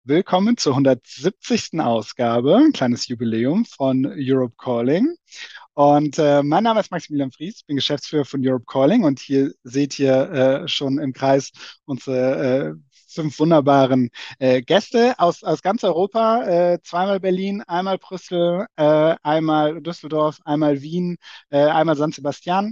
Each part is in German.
willkommen zur 170. Ausgabe, ein kleines Jubiläum von Europe Calling. Und mein Name ist Maximilian Fries, bin Geschäftsführer von Europe Calling und hier seht ihr schon im Kreis unsere fünf wunderbaren Gäste aus ganz Europa, zweimal Berlin, einmal Brüssel, einmal Düsseldorf, einmal Wien, einmal San Sebastian,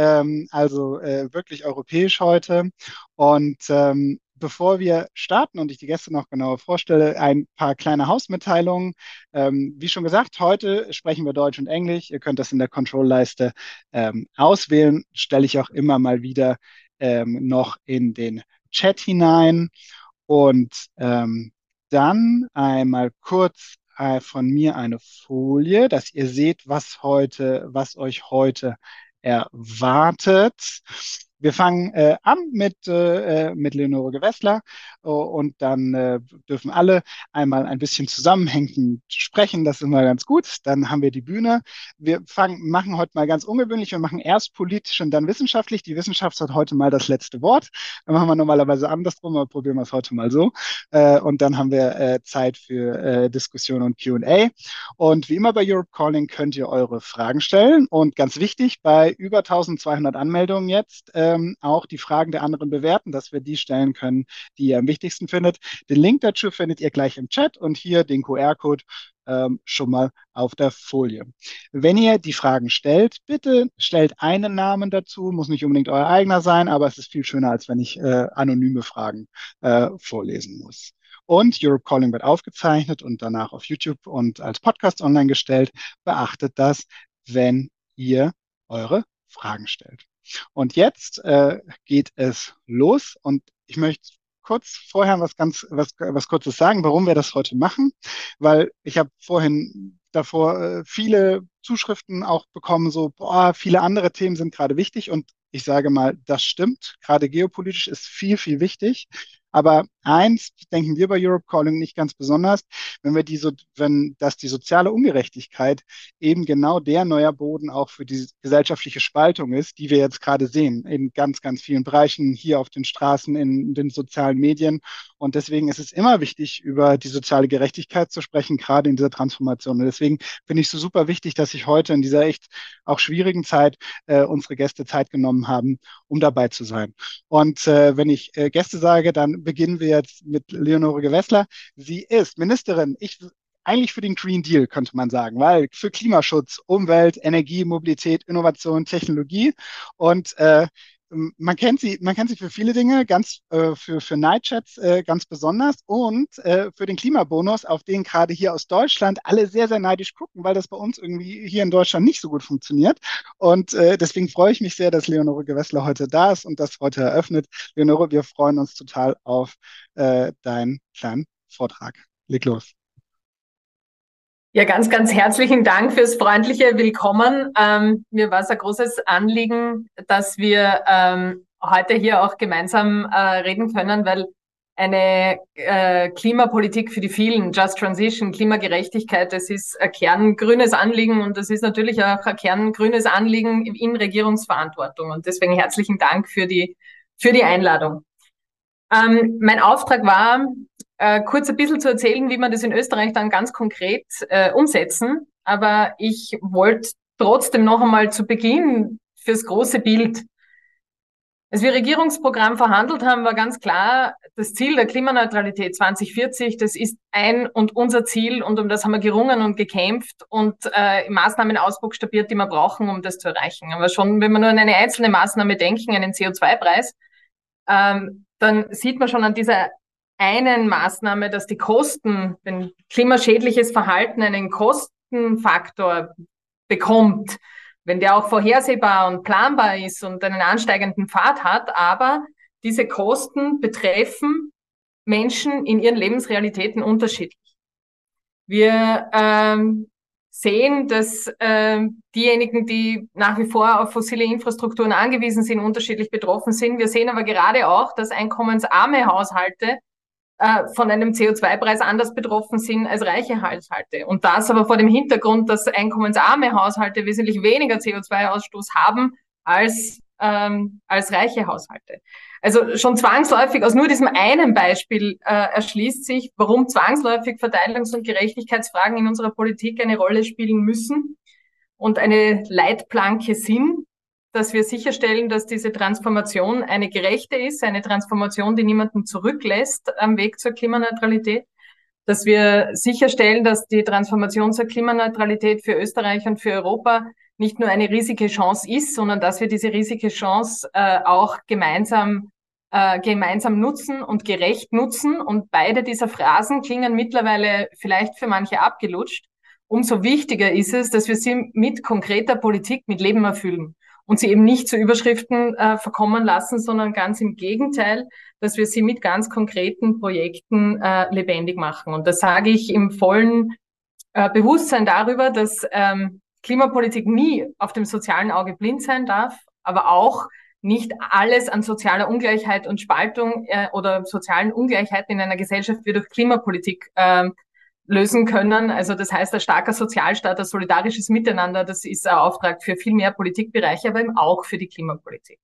also wirklich europäisch heute. Und bevor wir starten und ich die Gäste noch genauer vorstelle, ein paar kleine Hausmitteilungen. Wie schon gesagt, heute sprechen wir Deutsch und Englisch. Ihr könnt das in der Control-Leiste auswählen. Stelle ich auch immer mal wieder noch in den Chat hinein. Und dann einmal kurz von mir eine Folie, dass ihr seht, was euch heute erwartet. Wir fangen an mit Leonore Gewessler und dann dürfen alle einmal ein bisschen zusammenhängend sprechen. Das ist immer ganz gut. Dann haben wir die Bühne. Machen heute mal ganz ungewöhnlich. Wir machen erst politisch und dann wissenschaftlich. Die Wissenschaft hat heute mal das letzte Wort. Dann machen wir normalerweise andersrum, aber probieren wir es heute mal so. Und dann haben wir Zeit für Diskussion und Q&A. Und wie immer bei Europe Calling könnt ihr eure Fragen stellen. Und ganz wichtig, bei über 1200 Anmeldungen jetzt auch die Fragen der anderen bewerten, dass wir die stellen können, die ihr am wichtigsten findet. Den Link dazu findet ihr gleich im Chat und hier den QR-Code schon mal auf der Folie. Wenn ihr die Fragen stellt, bitte stellt einen Namen dazu, muss nicht unbedingt euer eigener sein, aber es ist viel schöner, als wenn ich anonyme Fragen vorlesen muss. Und Europe Calling wird aufgezeichnet und danach auf YouTube und als Podcast online gestellt. Beachtet das, wenn ihr eure Fragen stellt. Und jetzt geht es los und ich möchte kurz vorher was Kurzes sagen, warum wir das heute machen, weil ich habe vorhin davor viele Zuschriften auch bekommen, so, boah, viele andere Themen sind gerade wichtig und ich sage mal, das stimmt. Gerade geopolitisch ist viel, viel wichtig. Aber eins denken wir bei Europe Calling nicht ganz besonders, wenn das die soziale Ungerechtigkeit eben genau der Nährboden auch für die gesellschaftliche Spaltung ist, die wir jetzt gerade sehen in ganz, ganz vielen Bereichen, hier auf den Straßen, in den sozialen Medien. Und deswegen ist es immer wichtig, über die soziale Gerechtigkeit zu sprechen, gerade in dieser Transformation. Und deswegen finde ich es so super wichtig, dass sich heute in dieser echt auch schwierigen Zeit unsere Gäste Zeit genommen haben, um dabei zu sein. Und wenn ich Gäste sage, dann beginnen wir jetzt mit Leonore Gewessler. Sie ist Ministerin, eigentlich für den Green Deal, könnte man sagen, weil für Klimaschutz, Umwelt, Energie, Mobilität, Innovation, Technologie. Und man kennt sie für viele Dinge, für Nightchats ganz besonders und für den Klimabonus, auf den gerade hier aus Deutschland alle sehr, sehr neidisch gucken, weil das bei uns irgendwie hier in Deutschland nicht so gut funktioniert. Und deswegen freue ich mich sehr, dass Leonore Gewessler heute da ist und das heute eröffnet. Leonore, wir freuen uns total auf deinen kleinen Vortrag. Leg los. Ja, ganz, ganz herzlichen Dank fürs freundliche Willkommen. Mir war es ein großes Anliegen, dass wir heute hier auch gemeinsam reden können, weil eine Klimapolitik für die vielen, Just Transition, Klimagerechtigkeit, das ist ein kerngrünes Anliegen und das ist natürlich auch ein kerngrünes Anliegen in Regierungsverantwortung. Und deswegen herzlichen Dank für die Einladung. Mein Auftrag war, kurz ein bisschen zu erzählen, wie man das in Österreich dann ganz konkret umsetzen. Aber ich wollte trotzdem noch einmal zu Beginn fürs große Bild. Als wir Regierungsprogramm verhandelt haben, war ganz klar, das Ziel der Klimaneutralität 2040, das ist ein und unser Ziel und um das haben wir gerungen und gekämpft und Maßnahmen ausbuchstabiert, die wir brauchen, um das zu erreichen. Aber schon, wenn wir nur an eine einzelne Maßnahme denken, einen CO2-Preis, dann sieht man schon an dieser einen Maßnahme, dass die Kosten, wenn klimaschädliches Verhalten einen Kostenfaktor bekommt, wenn der auch vorhersehbar und planbar ist und einen ansteigenden Pfad hat, aber diese Kosten betreffen Menschen in ihren Lebensrealitäten unterschiedlich. Wir sehen, dass diejenigen, die nach wie vor auf fossile Infrastrukturen angewiesen sind, unterschiedlich betroffen sind. Wir sehen aber gerade auch, dass einkommensarme Haushalte von einem CO2-Preis anders betroffen sind als reiche Haushalte. Und das aber vor dem Hintergrund, dass einkommensarme Haushalte wesentlich weniger CO2-Ausstoß haben als als reiche Haushalte. Also schon zwangsläufig, aus nur diesem einen Beispiel erschließt sich, warum zwangsläufig Verteilungs- und Gerechtigkeitsfragen in unserer Politik eine Rolle spielen müssen und eine Leitplanke sind, dass wir sicherstellen, dass diese Transformation eine gerechte ist, eine Transformation, die niemanden zurücklässt am Weg zur Klimaneutralität, dass wir sicherstellen, dass die Transformation zur Klimaneutralität für Österreich und für Europa nicht nur eine riesige Chance ist, sondern dass wir diese riesige Chance auch gemeinsam nutzen und gerecht nutzen. Und beide dieser Phrasen klingen mittlerweile vielleicht für manche abgelutscht. Umso wichtiger ist es, dass wir sie mit konkreter Politik, mit Leben erfüllen und sie eben nicht zu Überschriften verkommen lassen, sondern ganz im Gegenteil, dass wir sie mit ganz konkreten Projekten lebendig machen. Und das sage ich im vollen Bewusstsein darüber, dass Klimapolitik nie auf dem sozialen Auge blind sein darf, aber auch nicht alles an sozialer Ungleichheit und Spaltung oder sozialen Ungleichheiten in einer Gesellschaft wir durch Klimapolitik lösen können. Also das heißt, ein starker Sozialstaat, ein solidarisches Miteinander, das ist ein Auftrag für viel mehr Politikbereiche, aber eben auch für die Klimapolitik.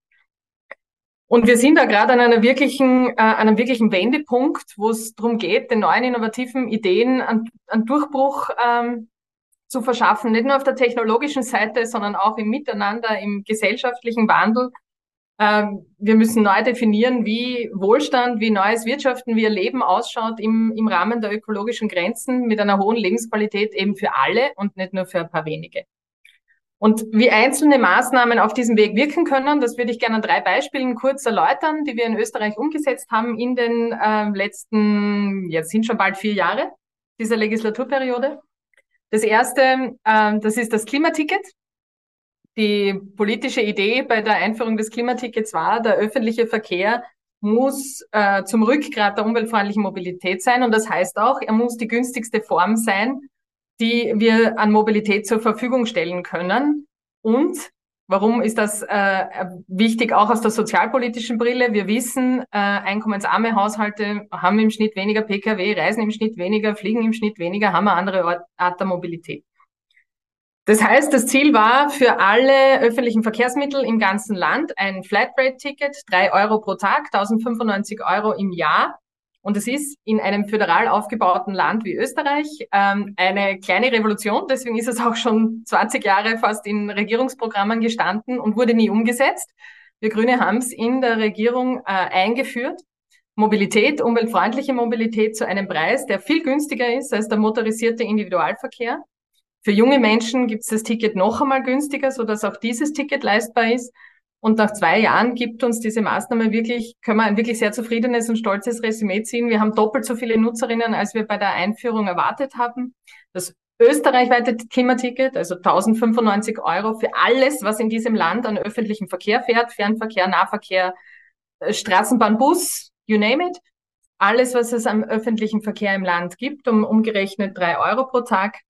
Und wir sind da gerade an einem wirklichen Wendepunkt, wo es darum geht, den neuen innovativen Ideen einen Durchbruch zu verschaffen, nicht nur auf der technologischen Seite, sondern auch im Miteinander, im gesellschaftlichen Wandel. Wir müssen neu definieren, wie Wohlstand, wie neues Wirtschaften, wie ihr Leben ausschaut im Rahmen der ökologischen Grenzen mit einer hohen Lebensqualität eben für alle und nicht nur für ein paar wenige. Und wie einzelne Maßnahmen auf diesem Weg wirken können, das würde ich gerne an 3 Beispielen kurz erläutern, die wir in Österreich umgesetzt haben in den letzten, jetzt sind schon bald 4 Jahre dieser Legislaturperiode. Das erste, das ist das Klimaticket. Die politische Idee bei der Einführung des Klimatickets war, der öffentliche Verkehr muss zum Rückgrat der umweltfreundlichen Mobilität sein. Und das heißt auch, er muss die günstigste Form sein, die wir an Mobilität zur Verfügung stellen können. Und warum ist das wichtig, auch aus der sozialpolitischen Brille? Wir wissen, einkommensarme Haushalte haben im Schnitt weniger Pkw, reisen im Schnitt weniger, fliegen im Schnitt weniger, haben eine andere Art der Mobilität. Das heißt, das Ziel war für alle öffentlichen Verkehrsmittel im ganzen Land ein Flatrate-Ticket, 3 Euro pro Tag, 1095 Euro im Jahr. Und es ist in einem föderal aufgebauten Land wie Österreich eine kleine Revolution. Deswegen ist es auch schon 20 Jahre fast in Regierungsprogrammen gestanden und wurde nie umgesetzt. Wir Grüne haben es in der Regierung eingeführt. Mobilität, umweltfreundliche Mobilität zu einem Preis, der viel günstiger ist als der motorisierte Individualverkehr. Für junge Menschen gibt es das Ticket noch einmal günstiger, sodass auch dieses Ticket leistbar ist. Und nach 2 Jahren gibt uns diese Maßnahme wirklich, können wir ein wirklich sehr zufriedenes und stolzes Resümee ziehen. Wir haben doppelt so viele Nutzerinnen, als wir bei der Einführung erwartet haben. Das österreichweite Klimaticket, also 1095 Euro für alles, was in diesem Land an öffentlichem Verkehr fährt, Fernverkehr, Nahverkehr, Straßenbahn, Bus, you name it. Alles, was es am öffentlichen Verkehr im Land gibt, umgerechnet 3 Euro pro Tag.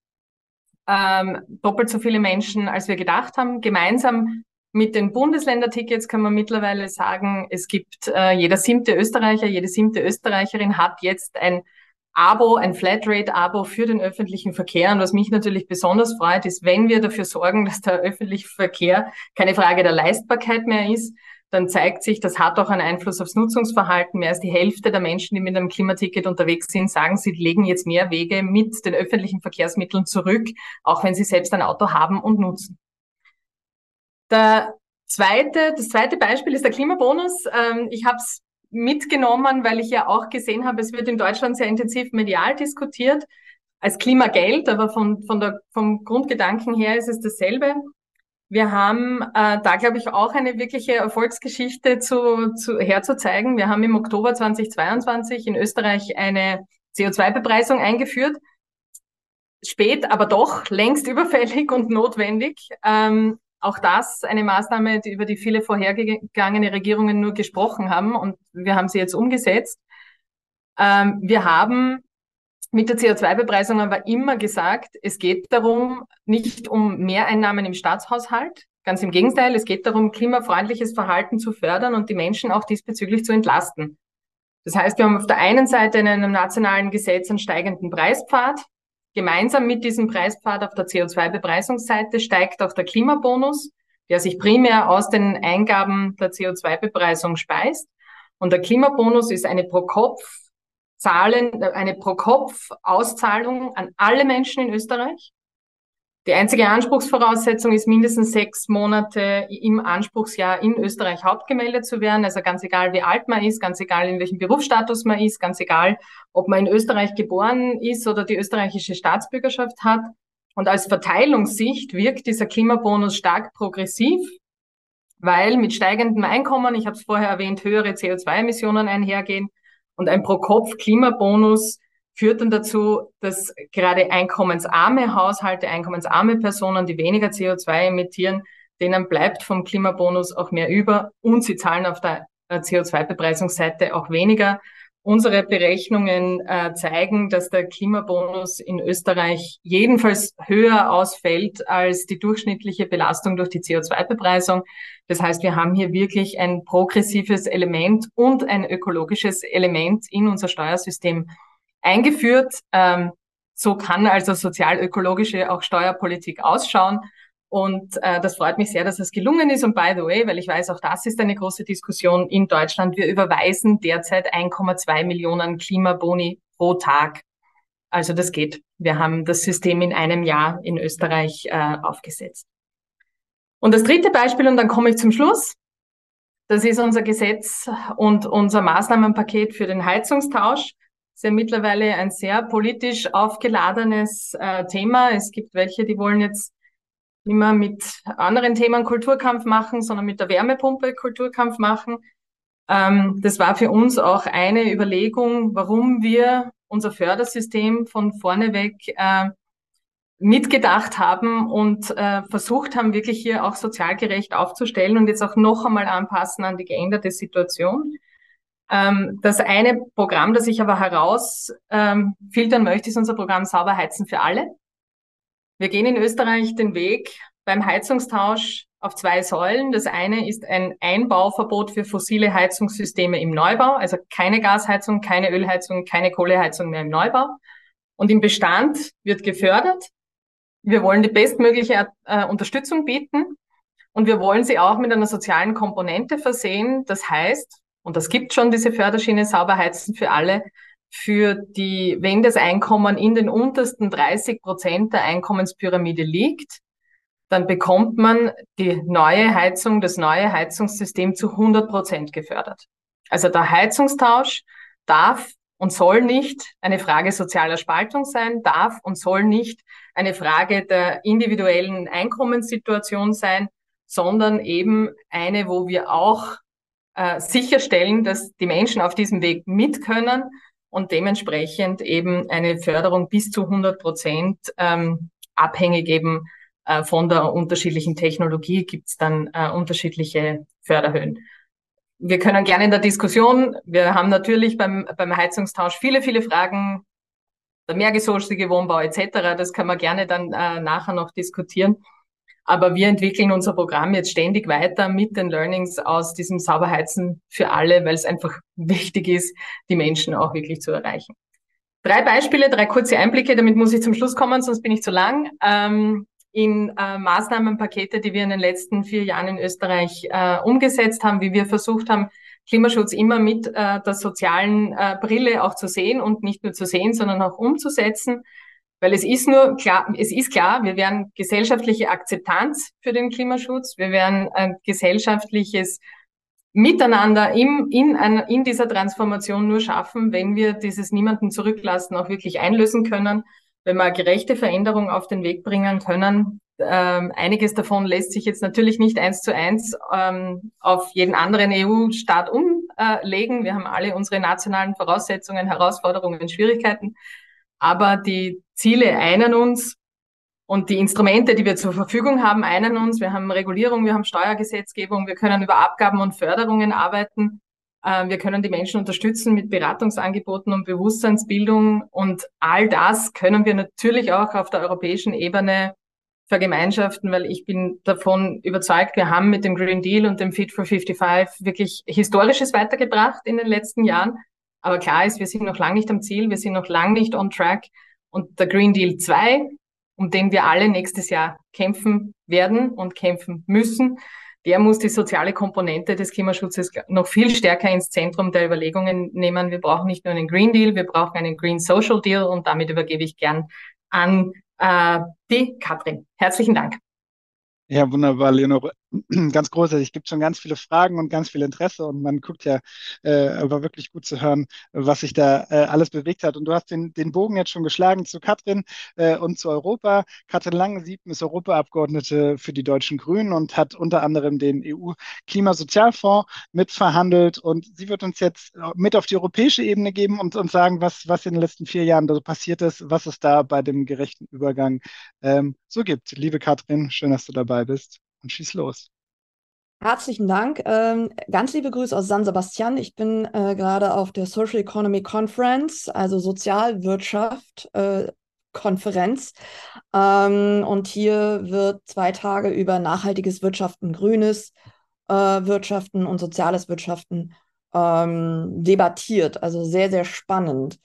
Doppelt so viele Menschen, als wir gedacht haben. Gemeinsam mit den Bundesländertickets kann man mittlerweile sagen, es gibt jeder 7. Österreicher, jede 7. Österreicherin hat jetzt ein Abo, ein Flatrate-Abo für den öffentlichen Verkehr. Und was mich natürlich besonders freut, ist, wenn wir dafür sorgen, dass der öffentliche Verkehr keine Frage der Leistbarkeit mehr ist, dann zeigt sich, das hat auch einen Einfluss aufs Nutzungsverhalten. Mehr als die Hälfte der Menschen, die mit einem Klimaticket unterwegs sind, sagen, sie legen jetzt mehr Wege mit den öffentlichen Verkehrsmitteln zurück, auch wenn sie selbst ein Auto haben und nutzen. Das zweite Beispiel ist der Klimabonus. Ich habe es mitgenommen, weil ich ja auch gesehen habe, es wird in Deutschland sehr intensiv medial diskutiert als Klimageld, aber vom Grundgedanken her ist es dasselbe. Wir haben da, glaube ich, auch eine wirkliche Erfolgsgeschichte herzuzeigen. Wir haben im Oktober 2022 in Österreich eine CO2-Bepreisung eingeführt. Spät, aber doch längst überfällig und notwendig. Auch das eine Maßnahme, über die viele vorhergegangene Regierungen nur gesprochen haben, und wir haben sie jetzt umgesetzt. Wir haben mit der CO2-Bepreisung aber immer gesagt, es geht darum, nicht um Mehreinnahmen im Staatshaushalt. Ganz im Gegenteil, es geht darum, klimafreundliches Verhalten zu fördern und die Menschen auch diesbezüglich zu entlasten. Das heißt, wir haben auf der einen Seite in einem nationalen Gesetz einen steigenden Preispfad. Gemeinsam mit diesem Preispfad auf der CO2-Bepreisungsseite steigt auch der Klimabonus. der sich primär aus den Eingaben der CO2-Bepreisung speist. Und der Klimabonus ist eine Pro-Kopf-Auszahlung an alle Menschen in Österreich. Die einzige Anspruchsvoraussetzung ist, mindestens 6 Monate im Anspruchsjahr in Österreich hauptgemeldet zu werden. Also ganz egal, wie alt man ist, ganz egal, in welchem Berufsstatus man ist, ganz egal, ob man in Österreich geboren ist oder die österreichische Staatsbürgerschaft hat. Und als Verteilungssicht wirkt dieser Klimabonus stark progressiv, weil mit steigendem Einkommen, ich habe es vorher erwähnt, höhere CO2-Emissionen einhergehen und ein Pro-Kopf-Klimabonus führt dann dazu, dass gerade einkommensarme Haushalte, einkommensarme Personen, die weniger CO2 emittieren, denen bleibt vom Klimabonus auch mehr über und sie zahlen auf der CO2-Bepreisungsseite auch weniger. Unsere Berechnungen zeigen, dass der Klimabonus in Österreich jedenfalls höher ausfällt als die durchschnittliche Belastung durch die CO2-Bepreisung. Das heißt, wir haben hier wirklich ein progressives Element und ein ökologisches Element in unser Steuersystem eingeführt. So kann also sozial-ökologische auch Steuerpolitik ausschauen. Und das freut mich sehr, dass es gelungen ist. Und by the way, weil ich weiß, auch das ist eine große Diskussion in Deutschland, wir überweisen derzeit 1,2 Millionen Klimaboni pro Tag. Also das geht. Wir haben das System in einem Jahr in Österreich aufgesetzt. Und das dritte Beispiel, und dann komme ich zum Schluss, das ist unser Gesetz und unser Maßnahmenpaket für den Heizungstausch. Das ist ja mittlerweile ein sehr politisch aufgeladenes Thema. Es gibt welche, die wollen jetzt nicht mehr mit anderen Themen Kulturkampf machen, sondern mit der Wärmepumpe Kulturkampf machen. Das war für uns auch eine Überlegung, warum wir unser Fördersystem von vorne weg mitgedacht haben und versucht haben, wirklich hier auch sozial gerecht aufzustellen und jetzt auch noch einmal anpassen an die geänderte Situation. Das eine Programm, das ich aber herausfiltern möchte, ist unser Programm Sauber heizen für alle. Wir gehen in Österreich den Weg beim Heizungstausch auf 2 Säulen. Das eine ist ein Einbauverbot für fossile Heizungssysteme im Neubau, also keine Gasheizung, keine Ölheizung, keine Kohleheizung mehr im Neubau. Und im Bestand wird gefördert. Wir wollen die bestmögliche Unterstützung bieten und wir wollen sie auch mit einer sozialen Komponente versehen. Das heißt, und das gibt schon diese Förderschiene Sauber heizen für alle, wenn das Einkommen in den untersten 30% der Einkommenspyramide liegt, dann bekommt man die neue Heizung, das neue Heizungssystem zu 100% gefördert. Also der Heizungstausch darf und soll nicht eine Frage sozialer Spaltung sein, darf und soll nicht eine Frage der individuellen Einkommenssituation sein, sondern eben eine, wo wir auch sicherstellen, dass die Menschen auf diesem Weg mit können und dementsprechend eben eine Förderung bis zu 100% abhängig eben von der unterschiedlichen Technologie gibt es dann unterschiedliche Förderhöhen. Wir können gerne in der Diskussion, wir haben natürlich beim Heizungstausch viele, viele Fragen, der mehrgeschossige Wohnbau etc., das kann man gerne dann nachher noch diskutieren. Aber wir entwickeln unser Programm jetzt ständig weiter mit den Learnings aus diesem Sauberheizen für alle, weil es einfach wichtig ist, die Menschen auch wirklich zu erreichen. 3 Beispiele, 3 kurze Einblicke, damit muss ich zum Schluss kommen, sonst bin ich zu lang. In Maßnahmenpakete, die wir in den letzten 4 Jahren in Österreich umgesetzt haben, wie wir versucht haben, Klimaschutz immer mit der sozialen Brille auch zu sehen und nicht nur zu sehen, sondern auch umzusetzen. Weil es ist klar, wir werden gesellschaftliche Akzeptanz für den Klimaschutz, wir werden ein gesellschaftliches Miteinander in dieser Transformation nur schaffen, wenn wir dieses Niemanden zurücklassen auch wirklich einlösen können, wenn wir eine gerechte Veränderung auf den Weg bringen können. Einiges davon lässt sich jetzt natürlich nicht 1:1 auf jeden anderen EU-Staat umlegen. Wir haben alle unsere nationalen Voraussetzungen, Herausforderungen, Schwierigkeiten. Aber die Ziele einen uns und die Instrumente, die wir zur Verfügung haben, einen uns. Wir haben Regulierung, wir haben Steuergesetzgebung, wir können über Abgaben und Förderungen arbeiten. Wir können die Menschen unterstützen mit Beratungsangeboten und Bewusstseinsbildung. Und all das können wir natürlich auch auf der europäischen Ebene vergemeinschaften, weil ich bin davon überzeugt, wir haben mit dem Green Deal und dem Fit for 55 wirklich Historisches weitergebracht in den letzten Jahren. Aber klar ist, wir sind noch lange nicht am Ziel, wir sind noch lange nicht on track. Und der Green Deal 2, um den wir alle nächstes Jahr kämpfen werden und kämpfen müssen, der muss die soziale Komponente des Klimaschutzes noch viel stärker ins Zentrum der Überlegungen nehmen. Wir brauchen nicht nur einen Green Deal, wir brauchen einen Green Social Deal und damit übergebe ich gern an die Katrin. Herzlichen Dank. Ja, wunderbar, Leonore. Ganz großartig. Es gibt schon ganz viele Fragen und ganz viel Interesse und man guckt ja, war wirklich gut zu hören, was sich da alles bewegt hat. Und du hast den Bogen jetzt schon geschlagen zu Katrin und zu Europa. Katrin Langensieben ist Europaabgeordnete für die Deutschen Grünen und hat unter anderem den EU-Klimasozialfonds mitverhandelt. Und sie wird uns jetzt mit auf die europäische Ebene geben und uns sagen, was in den letzten 4 Jahren da so passiert ist, was es da bei dem gerechten Übergang so gibt. Liebe Katrin, schön, dass du dabei bist und schieß los. Herzlichen Dank. Ganz liebe Grüße aus San Sebastian. Ich bin gerade auf der Social Economy Conference, also Sozialwirtschaft Konferenz. Und hier wird 2 Tage über nachhaltiges Wirtschaften, grünes Wirtschaften und soziales Wirtschaften debattiert. Also sehr, sehr spannend.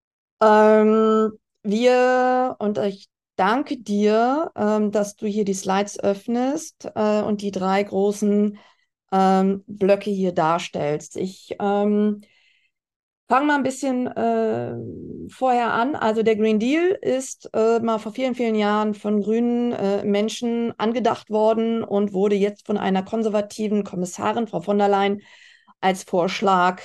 Und ich danke dir, dass du hier die Slides öffnest und die 3 großen Blöcke hier darstellst. Ich fange mal ein bisschen vorher an. Also der Green Deal ist mal vor vielen, vielen Jahren von grünen Menschen angedacht worden und wurde jetzt von einer konservativen Kommissarin, Frau von der Leyen, als Vorschlag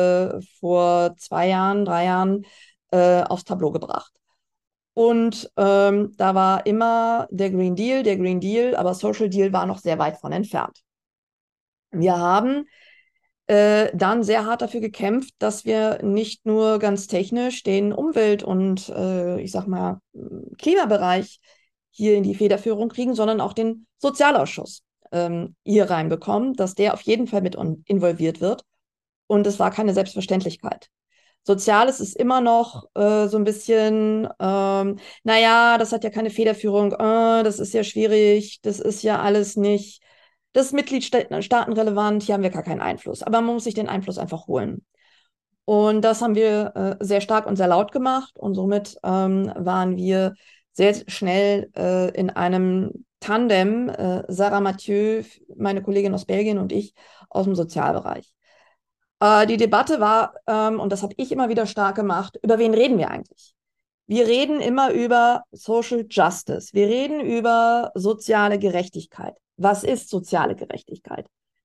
vor 2 Jahren, 3 Jahren aufs Tableau gebracht. Und da war immer der Green Deal, aber Social Deal war noch sehr weit von entfernt. Wir haben dann sehr hart dafür gekämpft, dass wir nicht nur ganz technisch den Umwelt- und ich sag mal Klimabereich hier in die Federführung kriegen, sondern auch den Sozialausschuss hier reinbekommen, dass der auf jeden Fall mit involviert wird. Und es war keine Selbstverständlichkeit. Soziales ist immer noch so ein bisschen, naja, das hat ja keine Federführung, das ist ja schwierig, das ist ja alles nicht, das ist Mitgliedstaaten relevant, hier haben wir gar keinen Einfluss. Aber man muss sich den Einfluss einfach holen. Und das haben wir sehr stark und sehr laut gemacht und somit waren wir sehr schnell in einem Tandem, Sarah Mathieu, meine Kollegin aus Belgien und ich aus dem Sozialbereich. Die Debatte war, und das habe ich immer wieder stark gemacht, über wen reden wir eigentlich? Wir reden immer über Social Justice. Wir reden über soziale Gerechtigkeit. Was ist soziale Gerechtigkeit?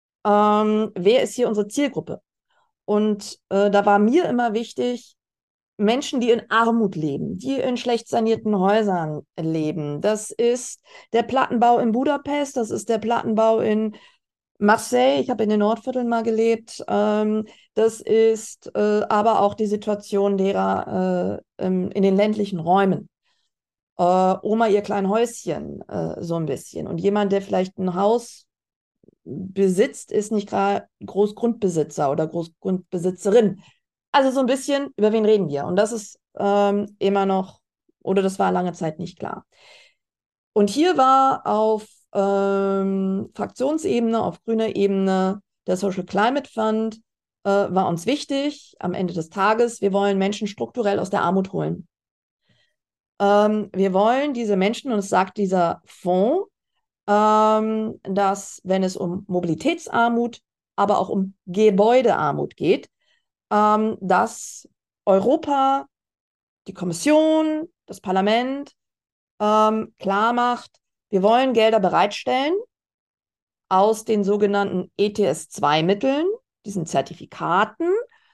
Wer ist hier unsere Zielgruppe? Und da war mir immer wichtig, Menschen, die in Armut leben, die in schlecht sanierten Häusern leben. Das ist der Plattenbau in Budapest, das ist der Plattenbau in Marseille, ich habe in den Nordvierteln mal gelebt. Das ist aber auch die Situation derer in den ländlichen Räumen. Oma ihr kleines Häuschen, so ein bisschen. Und jemand, der vielleicht ein Haus besitzt, ist nicht gerade Großgrundbesitzer oder Großgrundbesitzerin. Also so ein bisschen, über wen reden wir? Und das ist immer noch, oder das war lange Zeit nicht klar. Und hier war auf Fraktionsebene, auf grüner Ebene, der Social Climate Fund war uns wichtig am Ende des Tages. Wir wollen Menschen strukturell aus der Armut holen. Wir wollen diese Menschen, und es sagt dieser Fonds, dass wenn es um Mobilitätsarmut, aber auch um Gebäudearmut geht, dass Europa, die Kommission, das Parlament klar macht, wir wollen Gelder bereitstellen aus den sogenannten ETS-2-Mitteln, diesen Zertifikaten,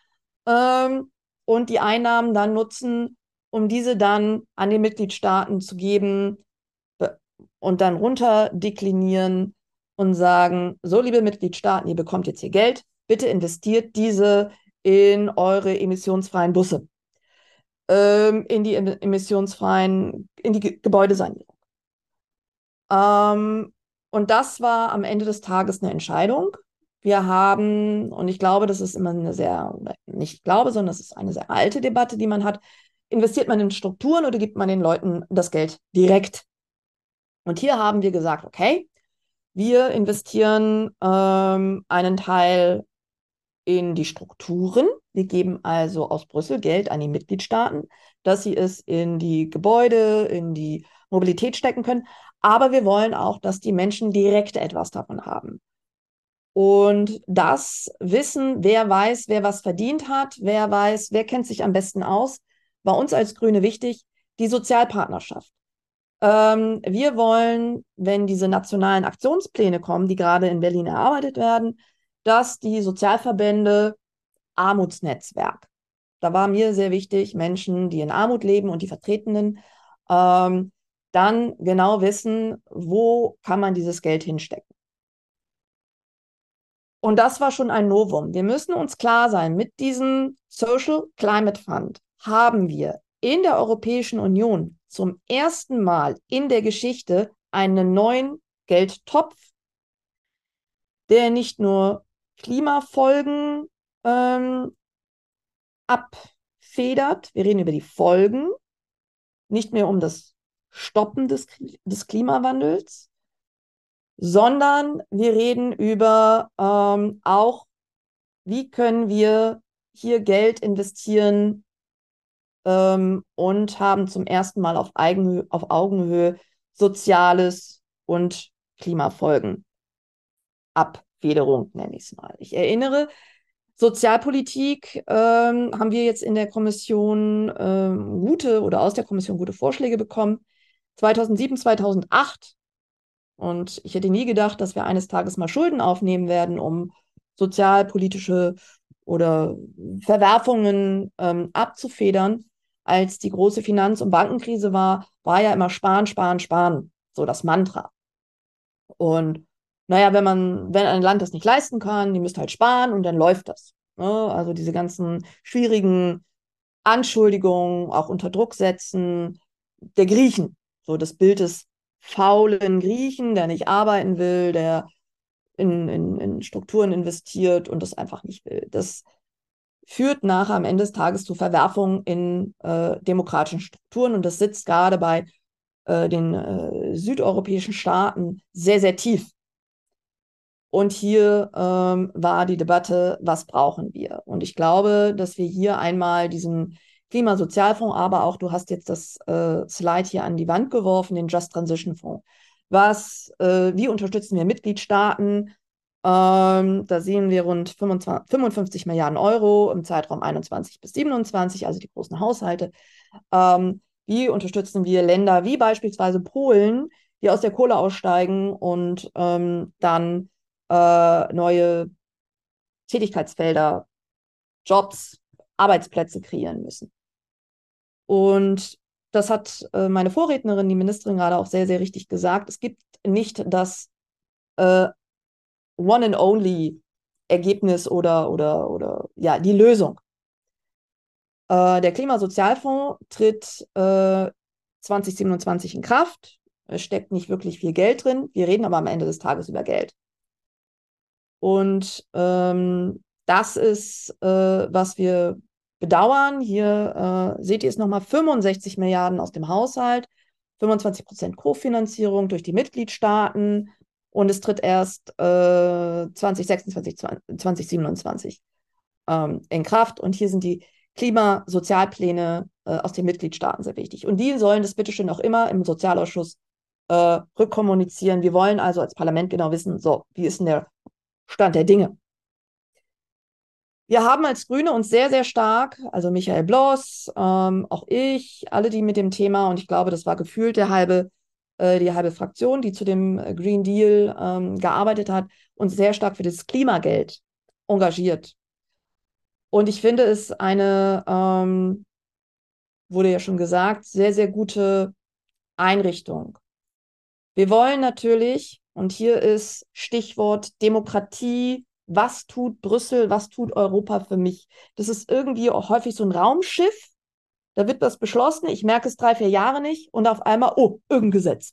und die Einnahmen dann nutzen, um diese dann an die Mitgliedstaaten zu geben und dann runterdeklinieren und sagen, so liebe Mitgliedstaaten, ihr bekommt jetzt hier Geld, bitte investiert diese in eure emissionsfreien Busse, in die in die Gebäudesanierung. Und das war am Ende des Tages eine Entscheidung. Wir haben, und ich glaube, das ist immer eine sehr, nicht glaube, sondern das ist eine sehr alte Debatte, die man hat. Investiert man in Strukturen oder gibt man den Leuten das Geld direkt? Und hier haben wir gesagt, okay, wir investieren einen Teil in die Strukturen, Wir geben also aus Brüssel Geld an die Mitgliedstaaten, dass sie es in die Gebäude, in die Mobilität stecken können. Aber wir wollen auch, dass die Menschen direkt etwas davon haben. Und das Wissen, wer weiß, wer was verdient hat, wer weiß, wer kennt sich am besten aus, war uns als Grüne wichtig, die Sozialpartnerschaft. Wir wollen, wenn diese nationalen Aktionspläne kommen, die gerade in Berlin erarbeitet werden, dass die Sozialverbände Armutsnetzwerk. Da war mir sehr wichtig, Menschen, die in Armut leben und die Vertretenen, dann genau wissen, wo kann man dieses Geld hinstecken. Und das war schon ein Novum. Wir müssen uns klar sein, mit diesem Social Climate Fund haben wir in der Europäischen Union zum ersten Mal in der Geschichte einen neuen Geldtopf, der nicht nur Klimafolgen abfedert. Wir reden über die Folgen, nicht mehr um das Stoppen des Klimawandels, sondern wir reden über auch, wie können wir hier Geld investieren und haben zum ersten Mal auf Augenhöhe Soziales und Klimafolgen. Abfederung, nenne ich es mal. Ich erinnere, Sozialpolitik haben wir jetzt in der Kommission aus der Kommission gute Vorschläge bekommen. 2007, 2008. Und ich hätte nie gedacht, dass wir eines Tages mal Schulden aufnehmen werden, um sozialpolitische oder Verwerfungen abzufedern. Als die große Finanz- und Bankenkrise war ja immer sparen, sparen, sparen. So das Mantra. Und naja, wenn ein Land das nicht leisten kann, die müsste halt sparen und dann läuft das. Ne? Also diese ganzen schwierigen Anschuldigungen, auch unter Druck setzen der Griechen. So das Bild des faulen Griechen, der nicht arbeiten will, der in Strukturen investiert und das einfach nicht will. Das führt nachher am Ende des Tages zu Verwerfungen in demokratischen Strukturen und das sitzt gerade bei den südeuropäischen Staaten sehr, sehr tief. Und hier war die Debatte, was brauchen wir? Und ich glaube, dass wir hier einmal diesen Klimasozialfonds, aber auch, du hast jetzt das Slide hier an die Wand geworfen, den Just Transition Fonds. Wie unterstützen wir Mitgliedstaaten? Da sehen wir rund 55 Milliarden Euro im Zeitraum 21 bis 27, also die großen Haushalte. Wie unterstützen wir Länder wie beispielsweise Polen, die aus der Kohle aussteigen und dann neue Tätigkeitsfelder, Jobs, Arbeitsplätze kreieren müssen. Und das hat meine Vorrednerin, die Ministerin, gerade auch sehr, sehr richtig gesagt. Es gibt nicht das One and Only Ergebnis oder ja, die Lösung. Der Klimasozialfonds tritt 2027 in Kraft. Es steckt nicht wirklich viel Geld drin. Wir reden aber am Ende des Tages über Geld. Und das ist, was wir bedauern. Hier seht ihr es nochmal, 65 Milliarden aus dem Haushalt, 25% Kofinanzierung durch die Mitgliedstaaten und es tritt erst 2026, 2027 in Kraft. Und hier sind die Klimasozialpläne aus den Mitgliedstaaten sehr wichtig. Und die sollen das bitteschön auch immer im Sozialausschuss rückkommunizieren. Wir wollen also als Parlament genau wissen, so, wie ist denn der Stand der Dinge? Wir haben als Grüne uns sehr, sehr stark, also Michael Bloss, auch ich, alle, die mit dem Thema, und ich glaube, das war gefühlt die halbe Fraktion, die zu dem Green Deal gearbeitet hat, uns sehr stark für das Klimageld engagiert. Und ich finde es wurde ja schon gesagt, sehr, sehr gute Einrichtung. Wir wollen natürlich, und hier ist Stichwort Demokratie, was tut Brüssel, was tut Europa für mich? Das ist irgendwie auch häufig so ein Raumschiff, da wird was beschlossen, ich merke es 3, 4 Jahre nicht und auf einmal, oh, irgendein Gesetz.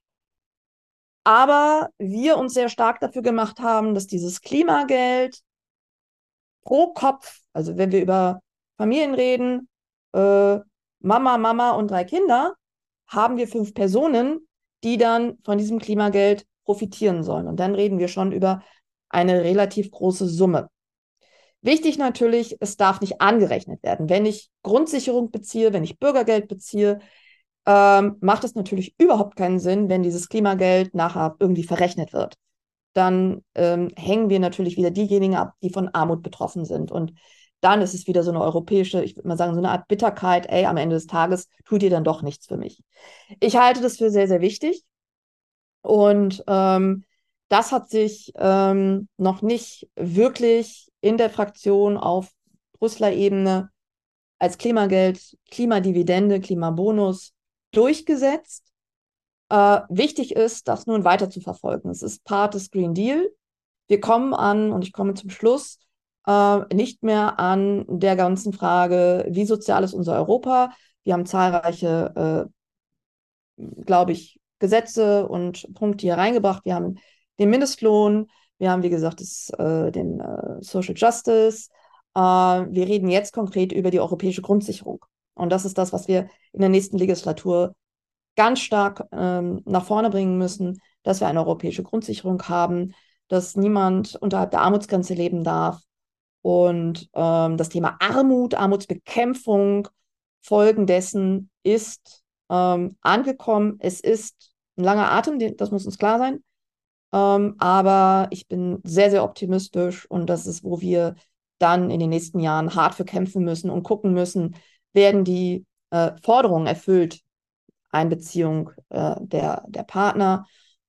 Aber wir uns sehr stark dafür gemacht haben, dass dieses Klimageld pro Kopf, also wenn wir über Familien reden, Mama und 3 Kinder, haben wir 5 Personen, die dann von diesem Klimageld profitieren sollen. Und dann reden wir schon über eine relativ große Summe. Wichtig natürlich, es darf nicht angerechnet werden. Wenn ich Grundsicherung beziehe, wenn ich Bürgergeld beziehe, macht es natürlich überhaupt keinen Sinn, wenn dieses Klimageld nachher irgendwie verrechnet wird. Dann hängen wir natürlich wieder diejenigen ab, die von Armut betroffen sind. Und dann ist es wieder so eine europäische, ich würde mal sagen, so eine Art Bitterkeit, ey, am Ende des Tages tut ihr dann doch nichts für mich. Ich halte das für sehr, sehr wichtig. Und das hat sich noch nicht wirklich in der Fraktion auf Brüsseler Ebene als Klimageld, Klimadividende, Klimabonus durchgesetzt. Wichtig ist, das nun weiter zu verfolgen. Es ist Part des Green Deal. Wir kommen an, und ich komme zum Schluss, nicht mehr an der ganzen Frage, wie sozial ist unser Europa. Wir haben zahlreiche, glaube ich, Gesetze und Punkte hier reingebracht. Wir haben den Mindestlohn, wir haben, wie gesagt, den Social Justice. Wir reden jetzt konkret über die europäische Grundsicherung. Und das ist das, was wir in der nächsten Legislatur ganz stark nach vorne bringen müssen, dass wir eine europäische Grundsicherung haben, dass niemand unterhalb der Armutsgrenze leben darf. Und das Thema Armut, Armutsbekämpfung, Folgen dessen ist angekommen. Es ist ein langer Atem, das muss uns klar sein. Aber ich bin sehr, sehr optimistisch und das ist, wo wir dann in den nächsten Jahren hart für kämpfen müssen und gucken müssen, werden die Forderungen erfüllt, Einbeziehung der Partner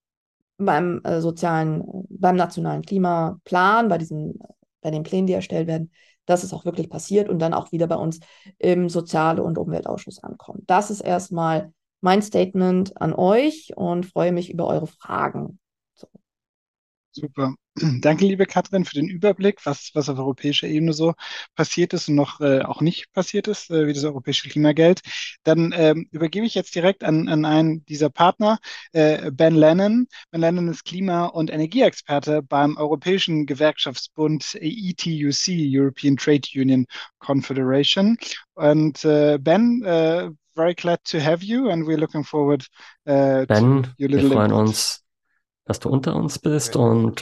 beim nationalen Klimaplan, bei den Plänen, die erstellt werden, dass es auch wirklich passiert und dann auch wieder bei uns im Sozial- und Umweltausschuss ankommt. Das ist erstmal mein Statement an euch und freue mich über eure Fragen. So. Super. Danke, liebe Katrin, für den Überblick, was auf europäischer Ebene so passiert ist und noch auch nicht passiert ist, wie das europäische Klimageld. Dann übergebe ich jetzt direkt an einen dieser Partner, Ben Lennon. Ben Lennon ist Klima- und Energieexperte beim Europäischen Gewerkschaftsbund ETUC, European Trade Union Confederation. Und Ben, very glad to have you and we're looking forward to Ben, your wir little freuen input. uns, dass du unter uns bist und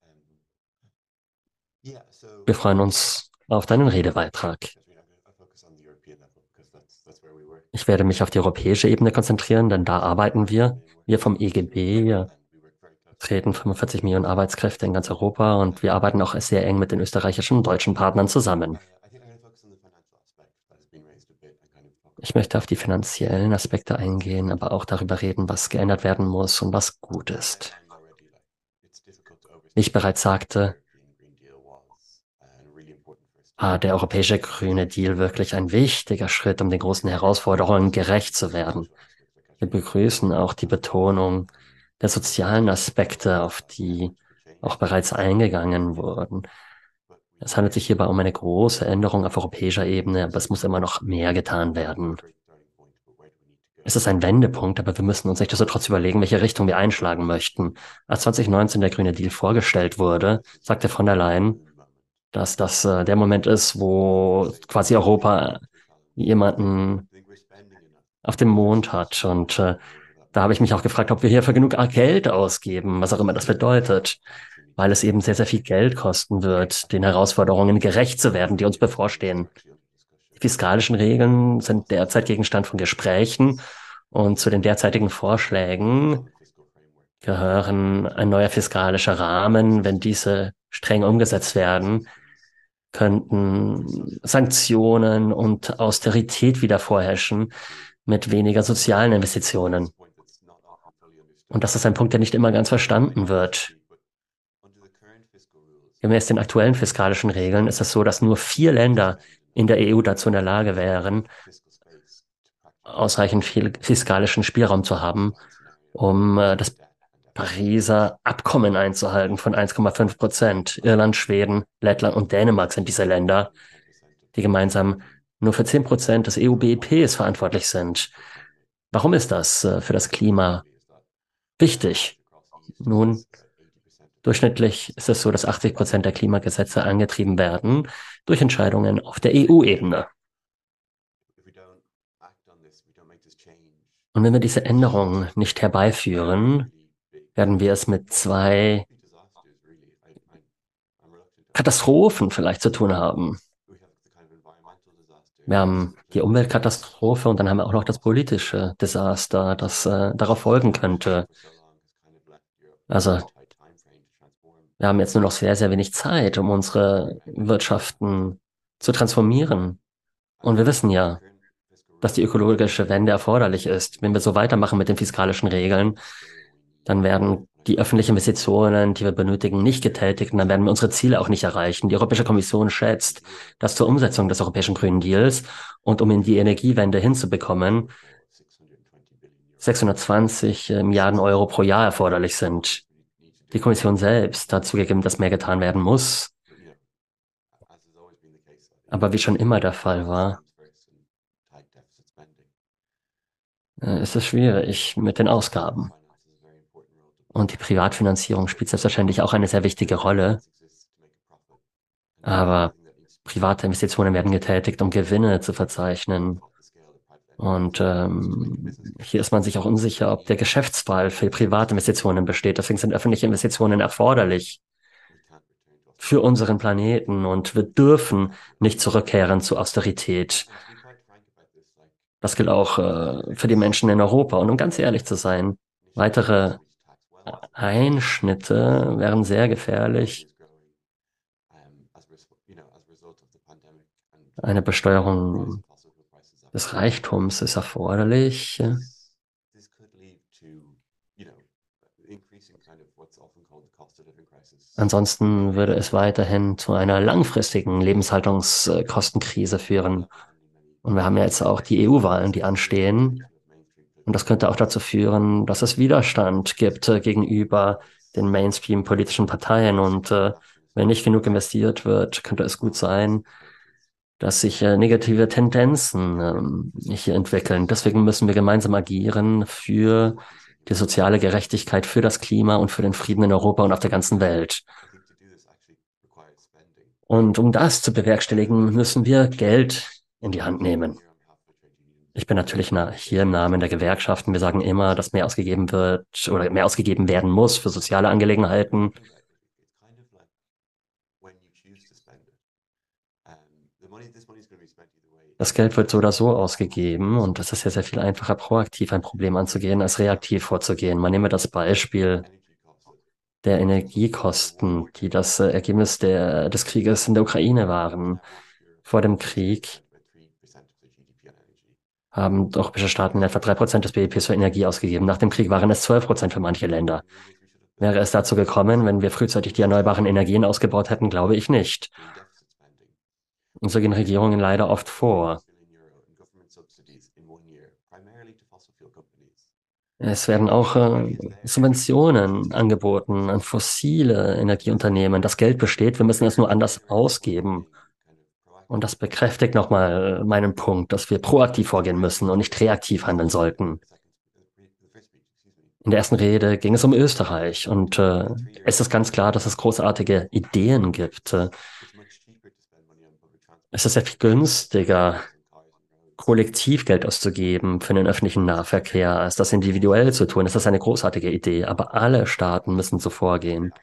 wir freuen uns auf deinen Redebeitrag. Ich werde mich auf die europäische Ebene konzentrieren, denn da arbeiten wir. Wir vom EGB treten 45 Millionen Arbeitskräfte in ganz Europa und wir arbeiten auch sehr eng mit den österreichischen und deutschen Partnern zusammen. Ich möchte auf die finanziellen Aspekte eingehen, aber auch darüber reden, was geändert werden muss und was gut ist. Wie ich bereits sagte, war der europäische Grüne Deal wirklich ein wichtiger Schritt, um den großen Herausforderungen gerecht zu werden. Wir begrüßen auch die Betonung der sozialen Aspekte, auf die auch bereits eingegangen wurden. Es handelt sich hierbei um eine große Änderung auf europäischer Ebene, aber es muss immer noch mehr getan werden. Es ist ein Wendepunkt, aber wir müssen uns nichtsdestotrotz überlegen, welche Richtung wir einschlagen möchten. Als 2019 der Grüne Deal vorgestellt wurde, sagte von der Leyen, dass das der Moment ist, wo quasi Europa jemanden auf dem Mond hat. Und da habe ich mich auch gefragt, ob wir hierfür genug Geld ausgeben, was auch immer das bedeutet, weil es eben sehr, sehr viel Geld kosten wird, den Herausforderungen gerecht zu werden, die uns bevorstehen. Die fiskalischen Regeln sind derzeit Gegenstand von Gesprächen und zu den derzeitigen Vorschlägen gehören ein neuer fiskalischer Rahmen. Wenn diese streng umgesetzt werden, könnten Sanktionen und Austerität wieder vorherrschen mit weniger sozialen Investitionen. Und das ist ein Punkt, der nicht immer ganz verstanden wird. Gemäß den aktuellen fiskalischen Regeln ist es so, dass nur 4 Länder in der EU dazu in der Lage wären, ausreichend viel fiskalischen Spielraum zu haben, um das Pariser Abkommen einzuhalten von 1,5%. Irland, Schweden, Lettland und Dänemark sind diese Länder, die gemeinsam nur für 10% des EU-BIPs verantwortlich sind. Warum ist das für das Klima wichtig? Nun, durchschnittlich ist es so, dass 80% der Klimagesetze angetrieben werden durch Entscheidungen auf der EU-Ebene. Und wenn wir diese Änderungen nicht herbeiführen, werden wir es mit 2 Katastrophen vielleicht zu tun haben. Wir haben die Umweltkatastrophe und dann haben wir auch noch das politische Desaster, das darauf folgen könnte. Also wir haben jetzt nur noch sehr, sehr wenig Zeit, um unsere Wirtschaften zu transformieren. Und wir wissen ja, dass die ökologische Wende erforderlich ist. Wenn wir so weitermachen mit den fiskalischen Regeln, dann werden die öffentlichen Investitionen, die wir benötigen, nicht getätigt und dann werden wir unsere Ziele auch nicht erreichen. Die Europäische Kommission schätzt, dass zur Umsetzung des Europäischen Grünen Deals und um in die Energiewende hinzubekommen, 620 Milliarden Euro pro Jahr erforderlich sind. Die Kommission selbst hat zugegeben, dass mehr getan werden muss. Aber wie schon immer der Fall war, ist es schwierig mit den Ausgaben. Und die Privatfinanzierung spielt selbstverständlich auch eine sehr wichtige Rolle. Aber private Investitionen werden getätigt, um Gewinne zu verzeichnen. Und hier ist man sich auch unsicher, ob der Geschäftsfall für Privatinvestitionen besteht. Deswegen sind öffentliche Investitionen erforderlich für unseren Planeten und wir dürfen nicht zurückkehren zu Austerität. Das gilt auch für die Menschen in Europa. Und um ganz ehrlich zu sein, weitere Einschnitte wären sehr gefährlich. Eine Besteuerung des Reichtums ist erforderlich. Ansonsten würde es weiterhin zu einer langfristigen Lebenshaltungskostenkrise führen. Und wir haben ja jetzt auch die EU-Wahlen, die anstehen. Und das könnte auch dazu führen, dass es Widerstand gibt gegenüber den Mainstream-politischen Parteien. Und wenn nicht genug investiert wird, könnte es gut sein, dass sich negative Tendenzen hier entwickeln. Deswegen müssen wir gemeinsam agieren für die soziale Gerechtigkeit, für das Klima und für den Frieden in Europa und auf der ganzen Welt. Und um das zu bewerkstelligen, müssen wir Geld in die Hand nehmen. Ich bin natürlich hier im Namen der Gewerkschaften. Wir sagen immer, dass mehr ausgegeben wird oder mehr ausgegeben werden muss für soziale Angelegenheiten. Das Geld wird so oder so ausgegeben und es ist ja sehr viel einfacher, proaktiv ein Problem anzugehen, als reaktiv vorzugehen. Man nehme das Beispiel der Energiekosten, die das Ergebnis des Krieges in der Ukraine waren. Vor dem Krieg haben europäische Staaten in etwa 3% des BIPs für Energie ausgegeben. Nach dem Krieg waren es 12% für manche Länder. Wäre es dazu gekommen, wenn wir frühzeitig die erneuerbaren Energien ausgebaut hätten? Glaube ich nicht. Und so gehen Regierungen leider oft vor. Es werden auch Subventionen angeboten an fossile Energieunternehmen. Das Geld besteht, wir müssen es nur anders ausgeben. Und das bekräftigt nochmal meinen Punkt, dass wir proaktiv vorgehen müssen und nicht reaktiv handeln sollten. In der ersten Rede ging es um Österreich und es ist ganz klar, dass es großartige Ideen gibt. Es ist sehr viel günstiger, kollektiv Geld auszugeben für den öffentlichen Nahverkehr, als das individuell zu tun. Das ist eine großartige Idee, aber alle Staaten müssen so vorgehen.